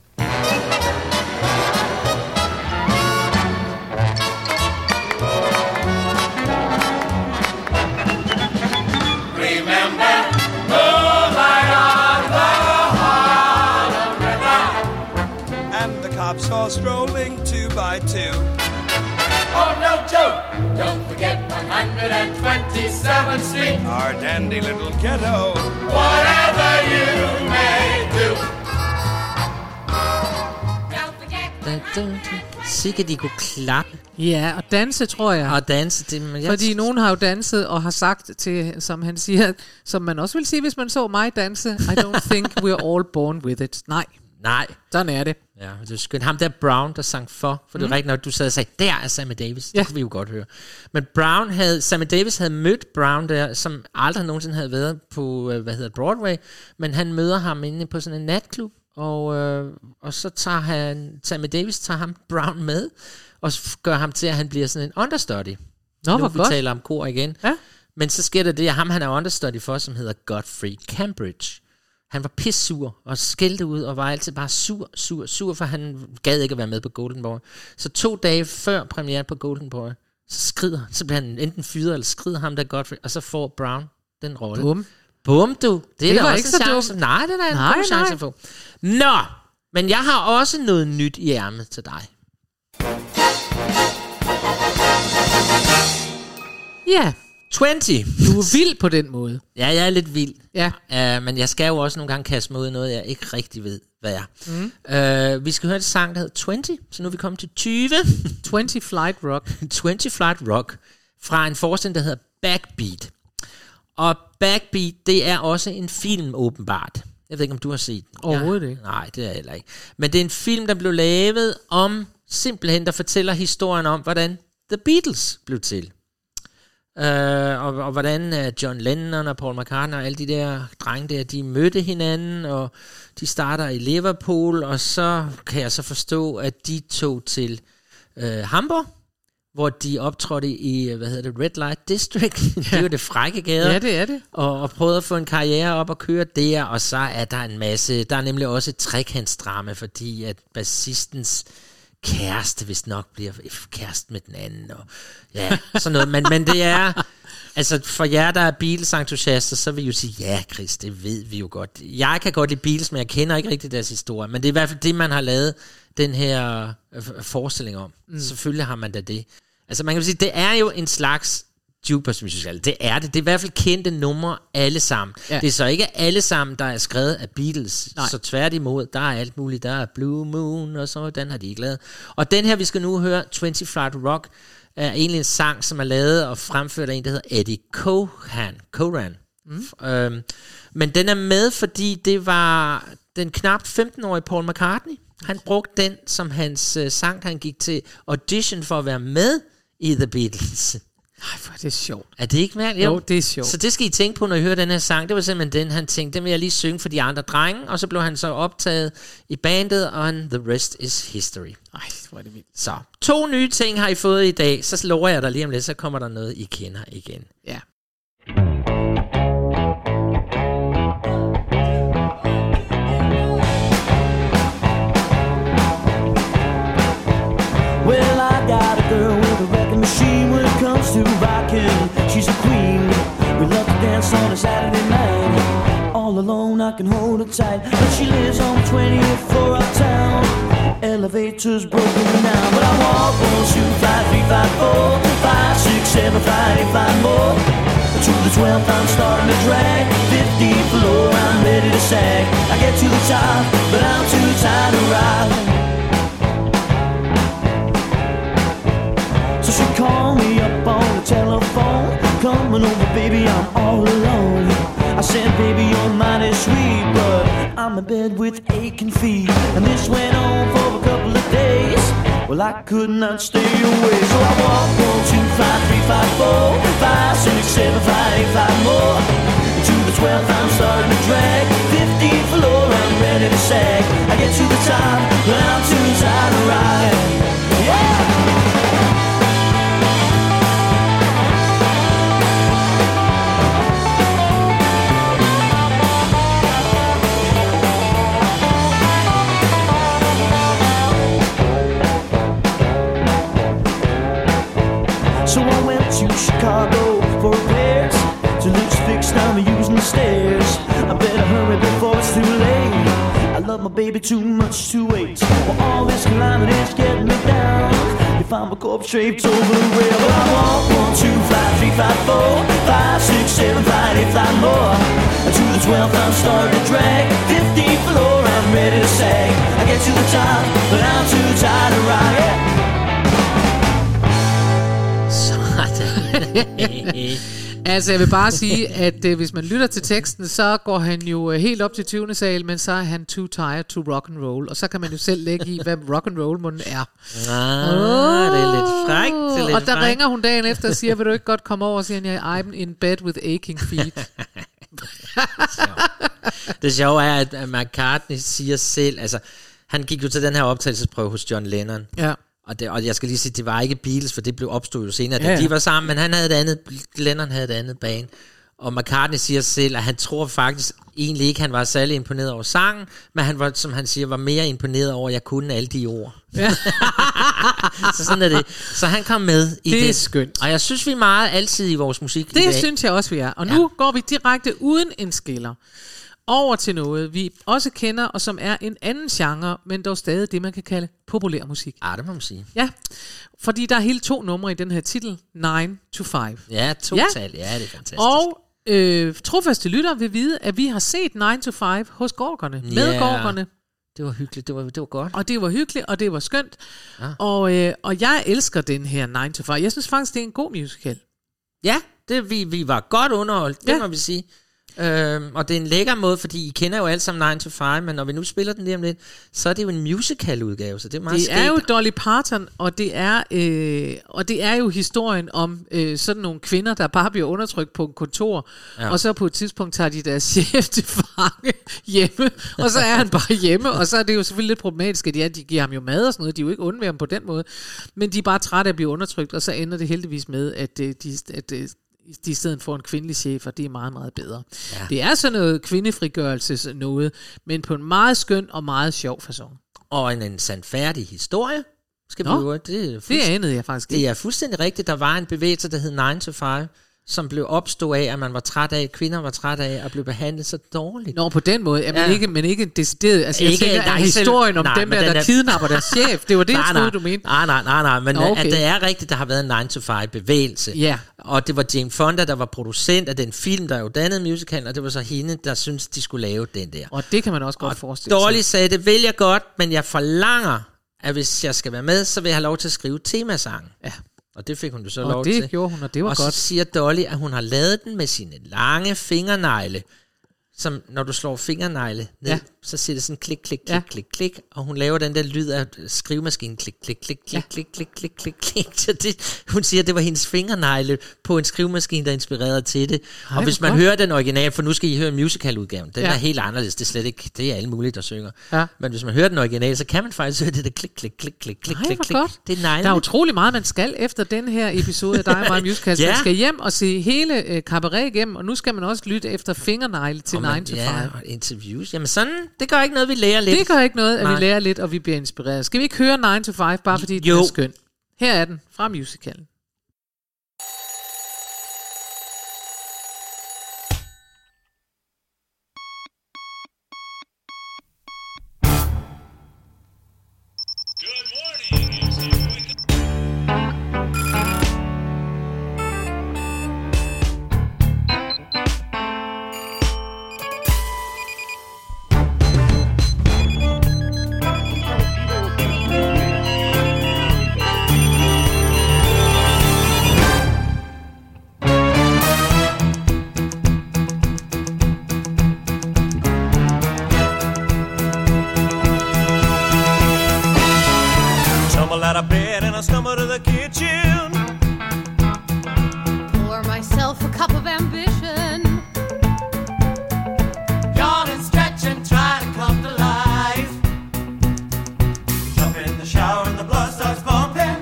Remember, moonlight on the Harlem River. And the cops all strolling two by two. Oh, no joke. Don't forget one hundred twenty-seventh Street. Our dandy little ghetto. Whatever you may do. Don't forget Dun, dun, dun. Sikke de kunne klappe Ja, og danse, tror jeg. og danse. Det, men jeg Fordi nogen har jo danset og har sagt til, som han siger, som man også vil sige, hvis man så mig danse, I don't think we're all born with it. Nej, Nej. sådan er det. Ja, det er skønt. Ham der Brown, der sang for, for mm. det er rigtigt, når du sad og sagde, der er Sammy Davis. Det Ja. kunne vi jo godt høre. Men Brown havde, Sammy Davis havde mødt Brown der, som aldrig nogensinde havde været på, øh, hvad hedder Broadway, men han møder ham inde på sådan en natklub, og, øh, og så tager han, Sammy Davis tager ham Brown med, og s- gør ham til, at han bliver sådan en understudy. Nå, nu vi godt. taler om kor igen. Ja. Men så sker der det, at ham han er understudy for, som hedder Godfrey Cambridge. Han var pissur og skældte ud og var altid bare sur, sur, sur, for han gad ikke at være med på Golden Boy. Så to dage før premieren på Golden Boy, så skrider, så bliver han enten fyret eller skrider ham der Godfrey, og så får Brown den rolle. Bum. Bum, du. Det, Det er da var også ikke en så chance. dumt. Nej, det er da en Nej, god chance nej. at få. Nå, men jeg har også noget nyt i ærmet til dig. Ja, tyve. du er vild på den måde. Ja, jeg er lidt vild. Ja. Uh, men jeg skal jo også nogle gange kaste mig ud i noget, jeg ikke rigtig ved, hvad er. Mm. Uh, vi skal høre et sang, der hedder tyve, så nu er vi kommet til tyve. tyve Flight Rock. tyve Flight Rock, fra en forestilling, der hedder Backbeat. Og Backbeat, det er også en film, åbenbart. Jeg ved ikke, om du har set den. Overhovedet ja. ikke. Nej, det er jeg heller ikke. Men det er en film, der blev lavet om, simpelthen, der fortæller historien om, hvordan The Beatles blev til. Uh, og, og hvordan uh, John Lennon og Paul McCartney og alle de der drenge der, de mødte hinanden, og de starter i Liverpool, og så kan jeg så forstå, at de tog til uh, Hamburg, hvor de optrådte i, hvad hedder det, Red Light District. Det er jo det frække gader. Ja, det er det. Og, og prøvede at få en karriere op og køre der, og så er der en masse, der er nemlig også et trekantsdrama, fordi at bassistens kæreste, hvis nok bliver kæreste med den anden, og ja, sådan noget. Men, men det er, altså for jer, der er Beatles-entusiaster, så vil I jo sige, ja, Chris, det ved vi jo godt. Jeg kan godt lide Beatles, men jeg kender ikke rigtig deres historie. Men det er i hvert fald det, man har lavet den her øh, forestilling om. Mm. Selvfølgelig har man da det. Altså man kan sige, det er jo en slags jukebox musical. Det er det. Det er i hvert fald kendte numre alle sammen. Ja. Det er så ikke alle sammen, der er skrevet af Beatles. Nej. Så tværtimod, der er alt muligt. Der er Blue Moon og så, den har de ikke lavet. Og den her, vi skal nu høre, tyve Flight Rock, er egentlig en sang, som er lavet og fremført af en, der hedder Eddie Cohan. Cohan. Mm. Øhm, men den er med, fordi det var den knap femten-årige Paul McCartney. Han brugte den som hans øh, sang, han gik til audition for at være med i The Beatles. Ej, for det er sjovt. Er det ikke mærkeligt? Jo, det er sjovt. Så det skal I tænke på, når I hører den her sang. Det var simpelthen den, han tænkte, den vil jeg lige synge for de andre drenge. Og så blev han så optaget i bandet, og the rest is history. Ej, hvor er det vildt. Så to nye ting har I fået i dag. Så lover jeg dig lige om lidt, så kommer der noget, I kender igen. Ja. Well, I got a girl with a wrecking machine when it comes to rocking. She's a queen. We love to dance on a Saturday night. All alone, I can hold her tight. But she lives on the twentieth floor of town. Elevator's broken down. But I walk one, two, five, three, five, four, five, six, seven, five, eight, five more. To the twelfth, I'm starting to drag. Fifteenth floor, I'm ready to sag. I get to the top, but I'm too tired to ride. So she called me up on the telephone. Coming over, baby, I'm all alone. I said, baby, you're mighty sweet, but I'm in bed with aching feet. And this went on for a couple of days. Well, I could not stay away. So I walked one, two, five, three, five, four, five, six, seven, five, eight, five more. To the twelfth, I'm starting to drag. Fifteenth floor, I'm ready to sag. I get to the top, but I'm too tired to ride. Yeah! So I went to Chicago for repairs. Till it's fixed, I'm using the stairs. I better hurry before it's too late. I love my baby too much to wait. Well, all this climbing is getting me down. If I'm a corpse draped over the rail, but I walk one, two, five, three, five, four, five, six, seven, five, eight, five more. And to the twelfth, I'm starting to drag. Fifteenth floor, I'm ready to sag. I get to the top, but I'm too tired to ride. Altså, jeg vil bare sige, at øh, hvis man lytter til teksten, så går han jo øh, helt op til tyvende sal, men så er han too tired to rock and roll, og så kan man jo selv lægge i, hvad rock and roll munden er. Ah, oh, det er lidt frækt. Det er lidt og der fræk. ringer hun dagen efter og siger, vil du ikke godt komme over, og siger han, I'm in bed with aching feet. Det sjove er, at McCartney siger selv, altså, han gik jo til den her optagelsesprøve hos John Lennon. Ja. Og, det, og jeg skal lige sige, det var ikke Beatles, for det blev opstået jo senere, Ja, da ja. de var sammen, men han havde et andet, Lennon havde et andet band. Og McCartney siger selv, at han tror faktisk egentlig ikke, han var særlig imponeret over sangen, men han var, som han siger, var mere imponeret over, at jeg kunne alle de ord. Ja. Så sådan er det. Så han kom med i det. det. er skønt. Og jeg synes, vi er meget altid i vores musik i Det dag. synes jeg også, vi er. Og nu ja. går vi direkte uden en skiller over til noget, vi også kender, og som er en anden genre, men dog stadig det, man kan kalde populær musik. Ah, det må man sige. Ja, fordi der er hele to numre i den her titel, nine to five. Ja, totalt. Ja, ja, det er fantastisk. Og øh, trofaste lytter vil vide, at vi har set nine to five hos Gorkerne, med Ja. Gorkerne. Det var hyggeligt, det var, det var godt. Og det var hyggeligt, og det var skønt. Ja. Og, øh, og jeg elsker den her nine to five. Jeg synes faktisk, det er en god musical. Ja, det, vi, vi var godt underholdt, det Ja. må vi sige. Øhm, og det er en lækker måde, fordi I kender jo alle sammen nine to five, men når vi nu spiller den lige om lidt, så er det jo en musical udgave, så det er meget Det skægt. er jo Dolly Parton, og det er, øh, og det er jo historien om øh, sådan nogle kvinder, der bare bliver undertrykt på et kontor, Ja. og så på et tidspunkt tager de deres chef til fange hjemme, og så er han bare hjemme, og så er det jo selvfølgelig lidt problematisk, at ja, de giver ham jo mad og sådan noget, de er jo ikke onde ved ham på den måde, men de er bare trætte af at blive undertrykt, og så ender det heldigvis med, at øh, de... At, øh, de i stedet får en kvindelig chef, og det er meget, meget bedre. Ja. Det er sådan noget kvindefrigørelses noget, men på en meget skøn og meget sjov facon. Og en, en sandfærdig historie, skal Nå, vi jo. Det er, det anede jeg faktisk ikke. det er fuldstændig rigtigt. Der var en bevægelse, der hed nine to five, som blev opstået af, at man var træt af, kvinder var træt af at blive behandlet så dårligt. Nå, på den måde. Ja, men, Ja. ikke, men ikke decideret. Altså, jeg Ikke- tænker, der er at ikke selv- historien om nej, dem men der, den der er- kidnapper deres chef. Det var det, jeg nej, troede, nej, du mente. Nej, nej, nej, nej, men Nå, okay. at det er rigtigt, der har været en nine to five bevægelse. Ja. Og det var Jane Fonda, der var producent af den film, der jo dannede musical, og det var så hende, der syntes, de skulle lave den der. Og det kan man også godt Og forestille Dolly sig. sagde, det vil jeg godt, men jeg forlanger, at hvis jeg skal være med, så vil jeg have lov til at skrive temasangen. Ja. Og det fik hun jo så Og lov det til. gjorde hun, og det var og godt. så siger Dolly, at hun har lavet den med sine lange fingernegle, som når du slår fingernegle ned, Ja. så siger det sådan klik, klik, klik, Ja. klik, klik, og hun laver den der lyd af skrivemaskinen, klik, klik, klik, klik, Ja. klik, klik, klik, klik, klik. Så det, hun siger, at det var hendes fingernegle på en skrivemaskine, der inspirerede til det. Ej, og hvis hvor man godt. hører den original, for nu skal I høre musicaludgaven, den Ja. er helt anderledes, det er slet ikke, det er alle mulige, der synger. Ja. Men hvis man hører den original, så kan man faktisk høre det der klik, klik, klik, klik, klik, Nej, klik, hvor klik. godt. Det er neglene. Der er utrolig meget, man skal efter den her episode af Dig og mig Musical. Ja. Man skal hjem og se hele øh, cabaret igennem, og nu skal man også lytte efter fingernegle til Og man- nine to five. Ja, og interviews. Jamen sådan, det gør ikke noget, vi lærer lidt. Det gør ikke noget, at Nej. vi lærer lidt, og vi bliver inspireret. Skal vi ikke høre nine to five, bare fordi Jo. den er skøn? Her er den fra musicalen. Tumble out of bed and I stumble to the kitchen. Pour myself a cup of ambition. Yawn and stretch and try to come to life. Jump in the shower and the blood starts pumping.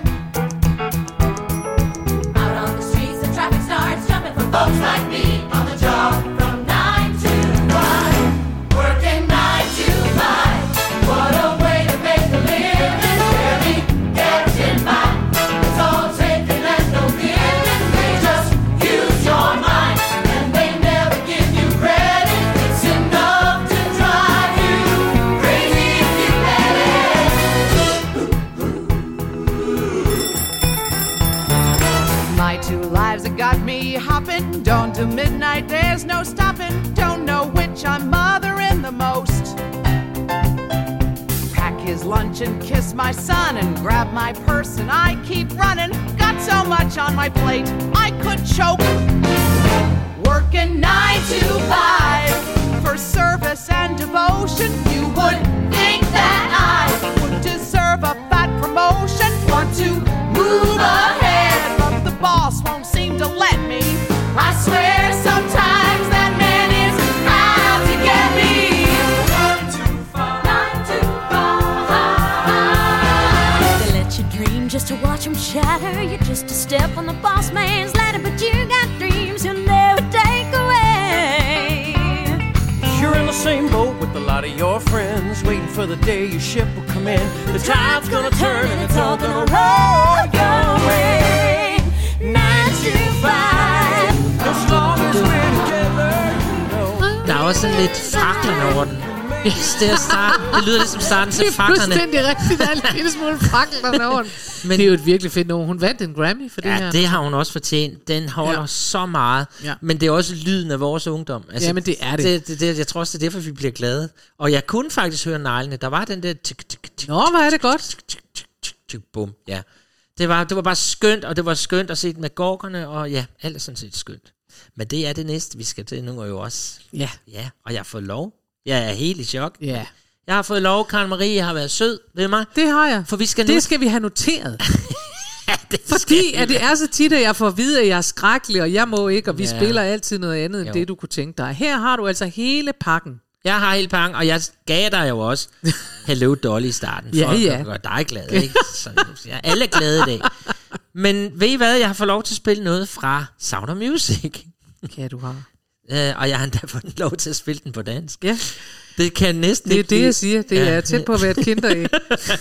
Out on the streets, the traffic starts jumping for folks like me on the job from nine to five. Working nine to five. What a way to make a living. Barely getting by. It's all taking and no giving. They just use your mind and they never give you credit. It's enough to drive you crazy if you let it. My two lives have got me hopping. Dawn to midnight, there's no stopping. Don't know which I'm mothering the most. Pack his lunch and kiss my son and grab my purse and I keep running. Got so much on my plate, I could choke. Working nine to five for service and devotion. You would think that I would deserve a fat promotion. Want to move ahead, but the boss won't seem to let me. I swear sometimes that man is out to get me. Nine to five. They let you dream on the boss man's ladder, but you got dreams you'll never take away. You're in the same boat with a lot of your friends, waiting for the day your ship will come in. The tide's gonna turn and it's all gonna roll your way. Nine to five, as long as we're together, you know. Der er også sådan lidt faklerne over den. Det, er starten. Det lyder lidt som starten til faklerne. Det er fuldstændig rigtigt. Der er en lille smule faklerne over den. Men det er jo et virkelig fedt nummer. Hun vandt en Grammy for det ja, her. Ja, det har hun også fortjent. Den holder ja. så meget. Ja. Men det er også lyden af vores ungdom. Altså, ja, men det er det. Det, det, det. Jeg tror også, det er derfor, vi bliver glade. Og jeg kunne faktisk høre neglene. Der var den der... Tik, tik, tik, Nå, hvor er det godt. Tik, tik, tik, tik, tik, bum. Ja. Det var, det var bare skønt, og det var skønt at se med gorkerne, og ja, alt er sådan set skønt. Men det er det næste, vi skal til nu, er jo også. Ja. Ja, og jeg har fået lov. Jeg er helt i chok. Ja. Jeg har fået lov, Karen Marie, jeg har været sød ved mig. Det har jeg. For vi skal nu... Det skal vi have noteret. Ja, det fordi at det er så tit, at jeg får at vide, at jeg er skrækkelig, og jeg må ikke, og vi ja. spiller altid noget andet, end jo. det, du kunne tænke dig. Her har du altså hele pakken. Jeg har hele pakken, og jeg gav dig jo også Hello Dolly i starten, for ja, ja. at gøre dig glad, ikke? Så, ja, alle er glade i dag. Men ved I hvad, jeg har fået lov til at spille noget fra Sound of Music. Ja, du har. Uh, og jeg har endda fået lov til at spille den på dansk. Ja. Det kan næsten det er ikke det, blive... jeg siger. Det ja. er tæt på at være et kinder i.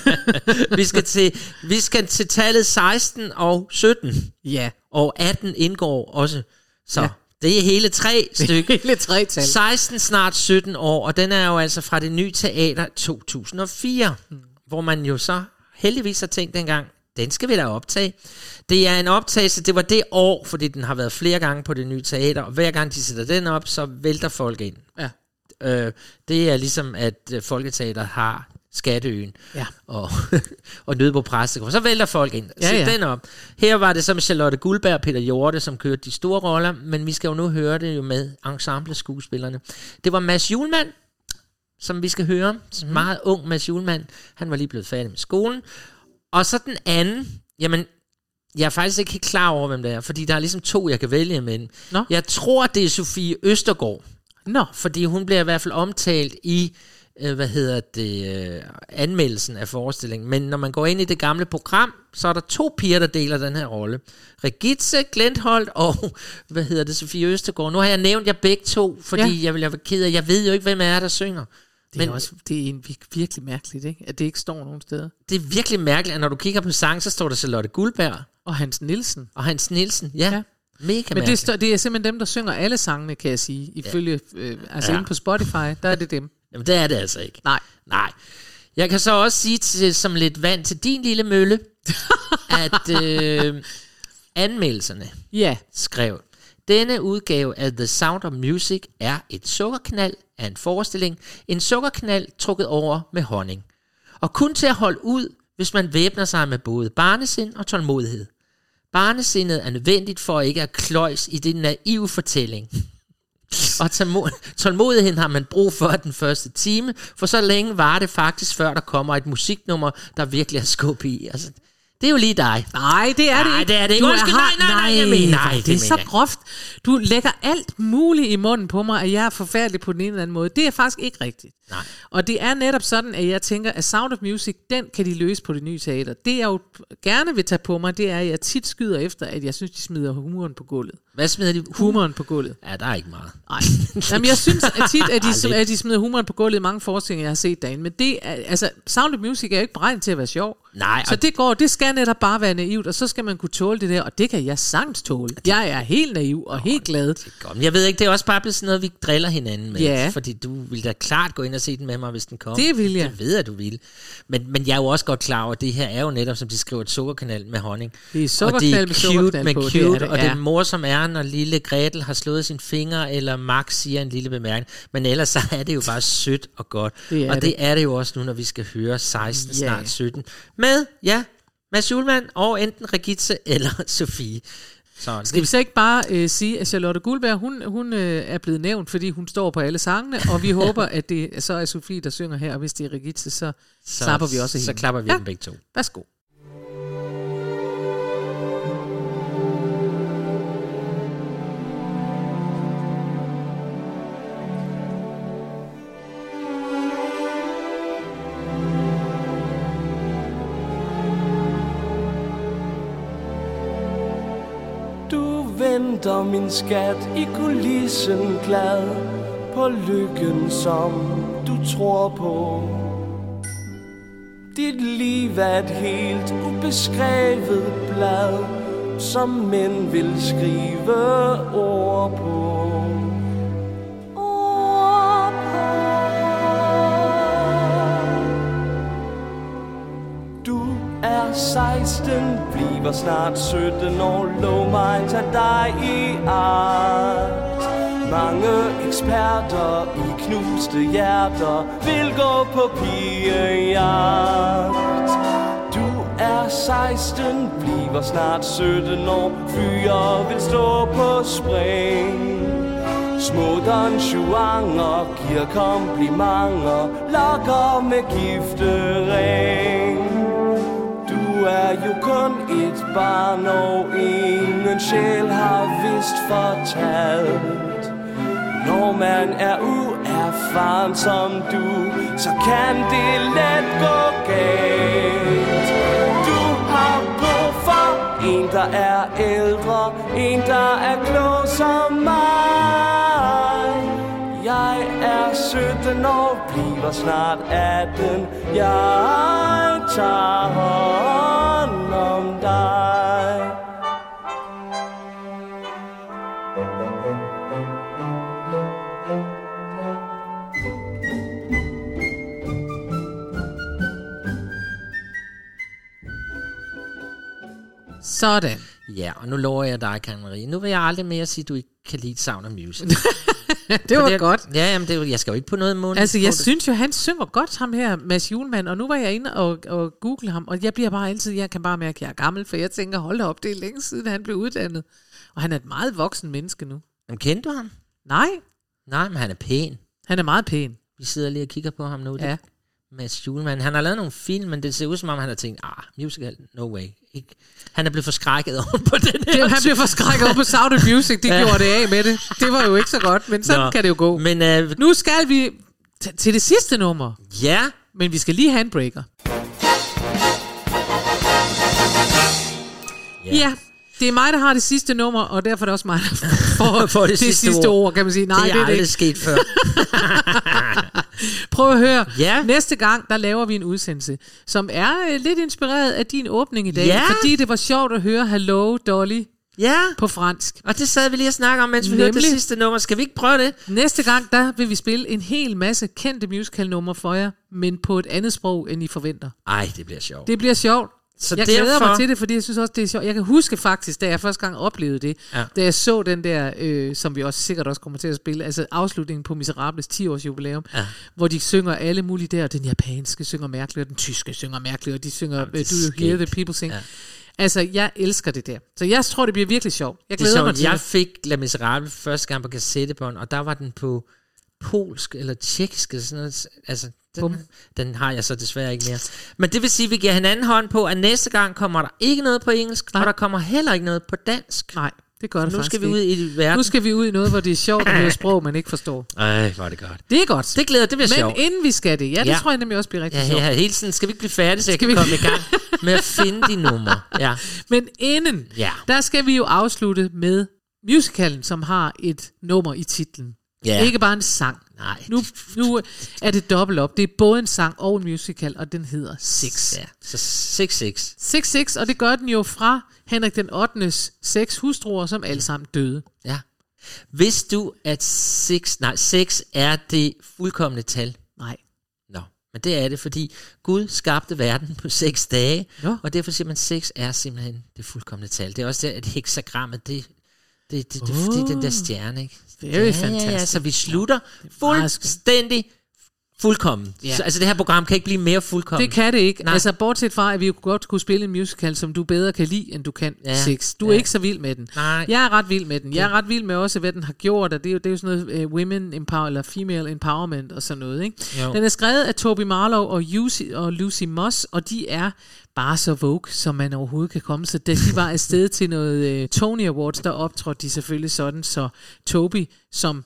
vi, skal til, vi skal til tallet seksten og sytten. Ja. Og atten indgår også. Så ja. det er hele tre stykker. hele tre tal. seksten, snart sytten år. Og den er jo altså fra Det Nye Teater to tusind og fire. Hmm. Hvor man jo så heldigvis har tænkt dengang, den skal vi da optage. Det er en optagelse, det var det år, fordi den har været flere gange på Det Nye Teater, og hver gang de sætter den op, så vælter folk ind. Ja. Øh, det er ligesom, at Folketeater har Skatteøen ja. og, og Nød på Præstegård. Så vælter folk ind. Ja, Sæt ja. den op. Her var det så med Charlotte Guldberg og Peter Hjorte, som kørte de store roller, men vi skal jo nu høre det jo med ensemble-skuespillerne. Det var Mads Hjulmand, som vi skal høre. Mm. Meget ung Mads Hjulmand. Han var lige blevet færdig med skolen. Og så den anden, jamen, jeg er faktisk ikke helt klar over, hvem det er, fordi der er ligesom to, jeg kan vælge mellem. Nå. Jeg tror, det er Sofie Østergaard. Nå. Fordi hun bliver i hvert fald omtalt i, øh, hvad hedder det, øh, anmeldelsen af forestillingen. Men når man går ind i det gamle program, så er der to piger, der deler den her rolle. Regitze Glentholdt og, hvad hedder det, Sofie Østergaard. Nu har jeg nævnt jer begge to, fordi ja. jeg vil være ked af, jeg ved jo ikke, hvem er der synger. Det er, men, også, det er en, virkelig mærkeligt, ikke? At det ikke står nogen steder. Det er virkelig mærkeligt, at når du kigger på sang, så står der Charlotte Guldberg. Og Hans Nielsen. Og Hans Nielsen, ja. ja. Mega Men det, står, det er simpelthen dem, der synger alle sangene, kan jeg sige. Ifølge, ja. øh, altså ja. inde på Spotify, der er det dem. Jamen det er det altså ikke. Nej. Nej. Jeg kan så også sige til, som lidt vand til din lille mølle, at øh, anmeldelserne ja. skrev, denne udgave af The Sound of Music er et sukkerknald af en forestilling. En sukkerknald trukket over med honning. Og kun til at holde ud, hvis man væbner sig med både barnesind og tålmodighed. Barnesindet er nødvendigt for ikke at kløjs i den naive fortælling. Og tålmodigheden har man brug for den første time, for så længe var det faktisk, før der kommer et musiknummer, der virkelig er skub i. Altså, det er jo lige dig. Nej, det er nej, det ikke. det er det ikke. Du Undskyld, har, nej, nej, nej, jeg mener, nej, det, det er så groft. Du lægger alt muligt i munden på mig, at jeg er forfærdelig på den ene eller anden måde. Det er faktisk ikke rigtigt. Nej. Og det er netop sådan, at jeg tænker, at Sound of Music, den kan de løse på Det Nye Teater. Det jeg jo gerne vil tage på mig, det er, at jeg tit skyder efter, at jeg synes, de smider humoren på gulvet. Hvad smider de? Humoren på gulvet. Ja, der er ikke meget. Nej. Jamen, jeg synes at tit, at de, at de smider humoren på gulvet i mange forestillinger, jeg har set derinde. Men det er, altså, Sound of Music er jo ikke beregnet til at være sjov. Nej. Så det går, det skal netop bare være naivt, og så skal man kunne tåle det der, og det kan jeg sagtens tåle. Jeg er helt naiv og helt glad. Jeg ved ikke, det er også bare blevet sådan noget, vi driller hinanden med. Ja. Fordi du ville da klart gå ind og se den med mig, hvis den kom. Det vil jeg. Det ved jeg, du vil. Men, men jeg er jo også godt klar over, at det her er jo netop, som de skriver, et sukkerkanal med honning. Det er sukkerknald med sukkerknald med på. Cute, det er det, og ja. det er mor, som er, når lille Gretel har slået sin fingre, eller Max siger en lille bemærkning. Men ellers så er det jo bare sødt og godt. Det og det. det er det jo også nu, når vi skal høre seksten, Ja. snart sytten. Med, ja, Mads Hjulmand og enten Regitze eller Sofie. Så, Skal vi så ikke bare øh, sige, at Charlotte Guldberg, hun, hun øh, er blevet nævnt, fordi hun står på alle sangene, og vi håber, at det så er Sofie, der synger her, og hvis det er Regitze, så, så klapper vi også Så hende. klapper vi ja. dem begge to. Værsgo. venter min skat i kulissen glad på lykken, som du tror på. Dit liv er et helt ubeskrevet blad, som mænd vil skrive ord på. Ord på. Du er seksten, bliver snart sytten år, lov mig tage dig i agt. Mange eksperter i knuste hjerter vil gå på pigejagt. Du er seksten, bliver snart sytten år, fyre vil stå på spring. Små Don Juaner giver komplimenter, lokker med giftering. Du er jo kun et barn, og ingen sjæl har vist fortalt. Når man er uerfaren som du, så kan det let gå galt. Du har brug for en, der er ældre, en, der er klog som mig. Jeg er sytten år, bliver snart atten. Jeg tager hånd om dig. Sådan. Ja, og nu lover jeg dig, Karen Marie. Nu vil jeg aldrig mere sige, at du ikke kan lide Sound of Music. Det var det, godt. Ja, jamen, det, jeg skal jo ikke på noget måned. Altså, jeg synes jo, han synger godt, ham her, Mads Hjulmand, og nu var jeg inde og, og google ham, og jeg bliver bare altid, jeg kan bare mærke, at jeg er gammel, for jeg tænker, hold da op, det er længe siden, han blev uddannet. Og han er et meget voksen menneske nu. Jamen, kendte du ham? Nej. Nej, men han er pæn. Han er meget pæn. Vi sidder lige og kigger på ham nu. Ja. Mads Hjulmand. Han har lavet nogle film, men det ser ud som om, han har tænkt, ah, musical, no way. Ikke. Han er blevet forskrækket over på den her. Det, han blev forskrækket over på Sound of Music, det gjorde det af med det. Det var jo ikke så godt, men sådan Nå, kan det jo gå. Men uh, nu skal vi t- til det sidste nummer. Ja. Men vi skal lige have en breaker. Ja. ja. Det er mig, der har det sidste nummer, og derfor er det også mig, der får for det, det sidste, sidste ord. ord, kan man sige. Nej, det er, det er aldrig det sket før. Prøv at høre. Ja. Næste gang, der laver vi en udsendelse, som er øh, lidt inspireret af din åbning i dag, ja. fordi det var sjovt at høre Hello Dolly ja. på fransk. Og det sad vi lige og snakke om, mens vi hørte det sidste nummer. Skal vi ikke prøve det? Næste gang, der vil vi spille en hel masse kendte musical-numre for jer, men på et andet sprog, end I forventer. Ej, det bliver sjovt. Det bliver sjovt. Så jeg derfor... glæder mig til det, fordi jeg synes også, det er sjovt. Jeg kan huske faktisk, da jeg første gang oplevede det, ja. da jeg så den der, øh, som vi også sikkert også kommer til at spille, altså afslutningen på Miserables ti års jubilæum, ja. hvor de synger alle mulige der, den japanske synger mærkeligt, og den tyske synger mærkeligt, og de synger, Jamen, Do You Hear the People Sing? Ja. Altså, jeg elsker det der. Så jeg tror, det bliver virkelig sjovt. Jeg glæder mig til jeg det. fik La Miserable første gang på kassettebånd, og der var den på polsk eller tjekkisk eller sådan noget. Altså, den, den har jeg så desværre ikke mere. Men det vil sige, at vi giver hinanden hånd på, at næste gang kommer der ikke noget på engelsk, Nej. og der kommer heller ikke noget på dansk. Nej, det gør det nu faktisk skal vi ud i verden. Nu skal vi ud i noget, hvor det er sjovt at høre sprog, man ikke forstår. Ej, hvor er det godt. Det er godt. Det glæder, det bliver Men sjovt. Men inden vi skal det, ja, det ja. tror jeg nemlig også bliver rigtig ja, sjovt. Ja, hele tiden skal vi ikke blive færdige, så jeg skal kan vi... komme i gang med at finde de numre. Ja. Men inden, ja. der skal vi jo afslutte med musicalen, som har et nummer i titlen. Ja. Ikke bare en sang. Nej. Nu, nu er det dobbelt op. Det er både en sang og en musical, og den hedder Six. Ja, så Six Six. Six Six, og det gør den jo fra Henrik den ottendes seks hustruer, som alle sammen døde. Ja. Vidste du, at six, nej, seks er det fuldkomne tal? Nej. Nå, men det er det, fordi Gud skabte verden på seks dage, Nå. og derfor siger man, at seks er simpelthen det fuldkomne tal. Det er også det, at heksagrammet, det Det, det, det, oh. det er den der stjerne, ikke? Very ja, fantastisk. Ja, så vi slutter fuldstændig fuldkommen. Ja. Så, altså det her program kan ikke blive mere fuldkommen. Det kan det ikke. Nej. Altså bortset fra, at vi jo godt kunne spille en musical, som du bedre kan lide, end du kan ja. Six. Du er ja. ikke så vild med den. Nej. Jeg er ret vild med den. Jeg er ret vild med også, hvad den har gjort, og det er jo, det er jo sådan noget uh, women empower, eller female empowerment og sådan noget, ikke? Den er skrevet af Toby Marlowe og, Lucy, og Lucy Moss, og de er bare så vogue, som man overhovedet kan komme. Så da de var afsted til noget uh, Tony Awards, der optrådte de selvfølgelig sådan, så Toby, som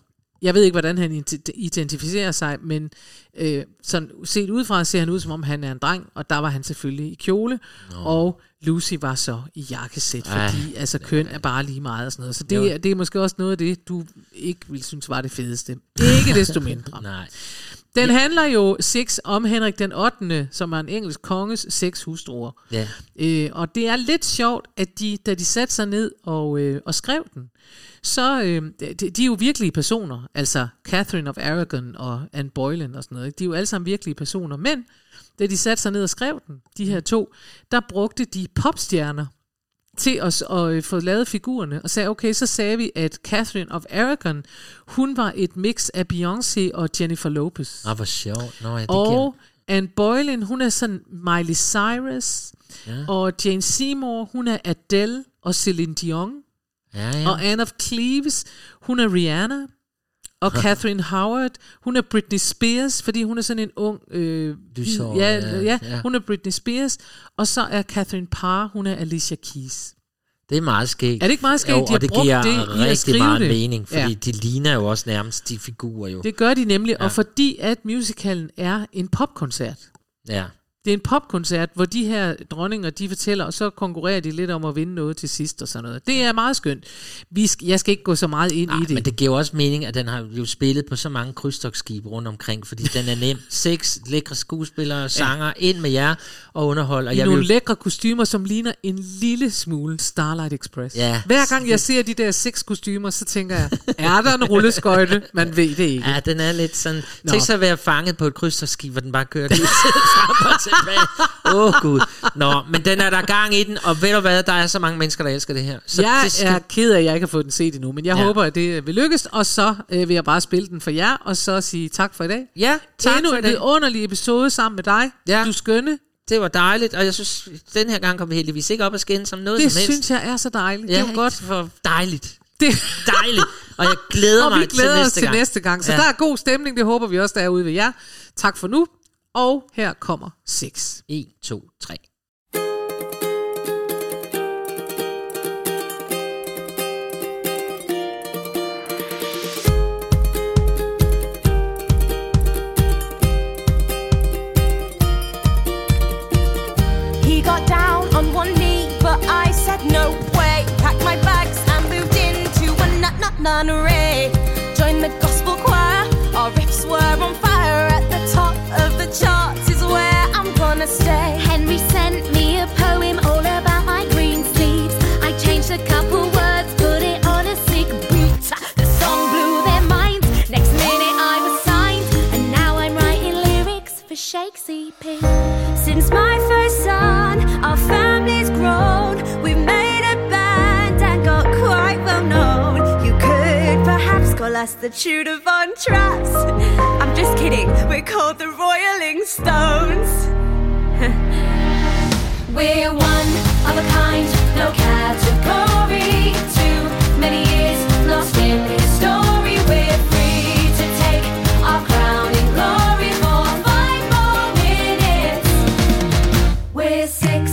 Jeg ved ikke, hvordan han identificerer sig, men øh, sådan set udefra ser han ud, som om han er en dreng, og der var han selvfølgelig i kjole, Nå. og Lucy var så i jakkesæt, fordi Ej, altså køn er bare lige meget og sådan noget. Så det, er, det er måske også noget af det, du ikke ville synes var det fedeste. Ikke desto mindre. Nej. Den ja. handler jo Six om Henrik den ottende, som er en engelsk konges seks hustruer. Ja. Øh, og det er lidt sjovt, at de, da de satte sig ned og, øh, og skrev den, så øh, de, de er jo virkelige personer. Altså Catherine of Aragon og Anne Boleyn og sådan noget. De er jo alle sammen virkelige personer. Men da de satte sig ned og skrev den, de her to, der brugte de popstjerner til at, at få lavet figurerne, og sagde, okay, så sagde vi, at Catherine of Aragon, hun var et mix af Beyoncé og Jennifer Lopez. Ah, hvor sjovt. Nå, ja, det og Anne Boleyn, hun er sådan Miley Cyrus, ja. og Jane Seymour, hun er Adele og Celine Dion, ja, ja. og Anne of Cleves, hun er Rihanna, og Catherine Howard, hun er Britney Spears, fordi hun er sådan en ung... Øh, så, ja, ja, ja, ja, hun er Britney Spears, og så er Catherine Parr, hun er Alicia Keys. Det er meget skægt. Er det ikke meget skægt? Jo, de og det giver det, rigtig meget det. mening, fordi ja. de ligner jo også nærmest de figurer jo. Det gør de nemlig, ja. og fordi at musicalen er en popkoncert. Ja. Det er en popkoncert, hvor de her dronninger, de fortæller, og så konkurrerer de lidt om at vinde noget til sidst og sådan noget. Det er meget skønt. Vi skal, jeg skal ikke gå så meget ind Nej, i det. Men det giver jo også mening, at den har jo spillet på så mange krydstogtskibe rundt omkring, fordi den er nem. Seks lækre skuespillere, sanger, ja. ind med jer og underhold. Og I jeg nogle vil... lækre kostymer, som ligner en lille smule Starlight Express. Ja. Hver gang jeg ser de der seks kostymer, så tænker jeg, er der en rulleskøjte? Man ved det ikke. Ja, den er lidt sådan... Nå. Tænk så at være fanget på et krydstogtskib, hvor den bare kører lidt frem og tilbage. Åh oh, gud. Nå, men den er der gang i den, og ved du hvad, der er så mange mennesker, der elsker det her. Så jeg det skal... er ked af, at jeg ikke har fået den set endnu, men jeg ja. håber, at det vil lykkes, og så øh, vil jeg bare spille den for jer, og så sige tak for i dag. Ja, tak Endnu for i dag. en underlig episode sammen med dig. Ja. Du skønne. Det var dejligt, og jeg synes, den her gang kom vi heldigvis ikke op og skænde som noget det som helst. Det synes jeg er så dejligt. Ja, det er godt. for dejligt. Det dejligt. Og jeg glæder og mig vi glæder til os næste til gang. næste gang. Så ja. der er god stemning, det håber vi også, der er ude ved jer. Tak for nu, og her kommer Six. en, to, tre. He got down on one knee, but I said no way. Packed my bags and moved into a nut nut nunnery. Joined the gospel choir, our riffs were on fire. At the top of the charts is where I'm gonna stay. Henry sent me a poem all about my green sleeves. I changed a couple words, put it on a sick beat. The song blew their minds, next minute I was signed. And now I'm writing lyrics for Shake's E P. Since my first son, our family's grown. We've made a band and got quite well known. You could perhaps call us the Tudor Von Trapps. I'm just kidding, we're called the Royaling Stones. We're one of a kind, no category. Too many years lost in history. We're free to take our crowning glory for five more minutes. We're six.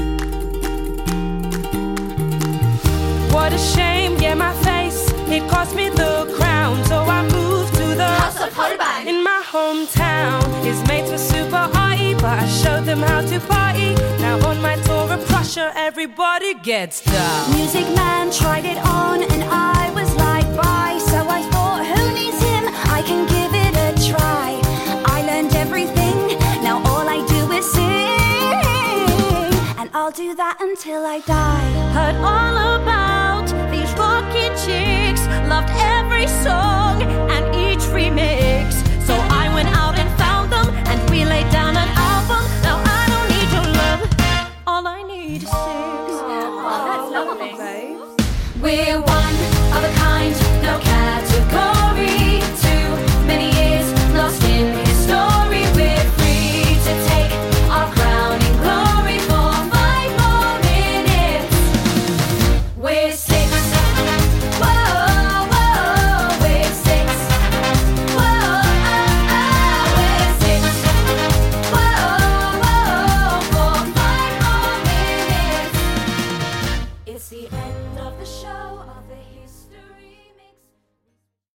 What a shame, yeah, my face, it cost me the crown. So I moved to the House of Holbein in my hometown. His mates were super arty, but I showed them how to party. Now on my tour of Prussia, everybody gets down. Music Man tried it on and I was like, bye. So I thought, who needs him? I can give it a try. I learned everything, now all I do is sing. And I'll do that until I die. Heard all about these rockin' chicks, loved every song and each remix. So I went out and found them and we laid down an album. Now I don't need your love, all I need is six. Oh, that's lovely, babe. We're one of a kind, no category. Too many years lost in history. We're free to take our crowning glory for five more minutes. We're six. Whoa, whoa, we're six. Whoa, oh, oh, we're six. Whoa, whoa, for five more minutes. It's the end of the show of the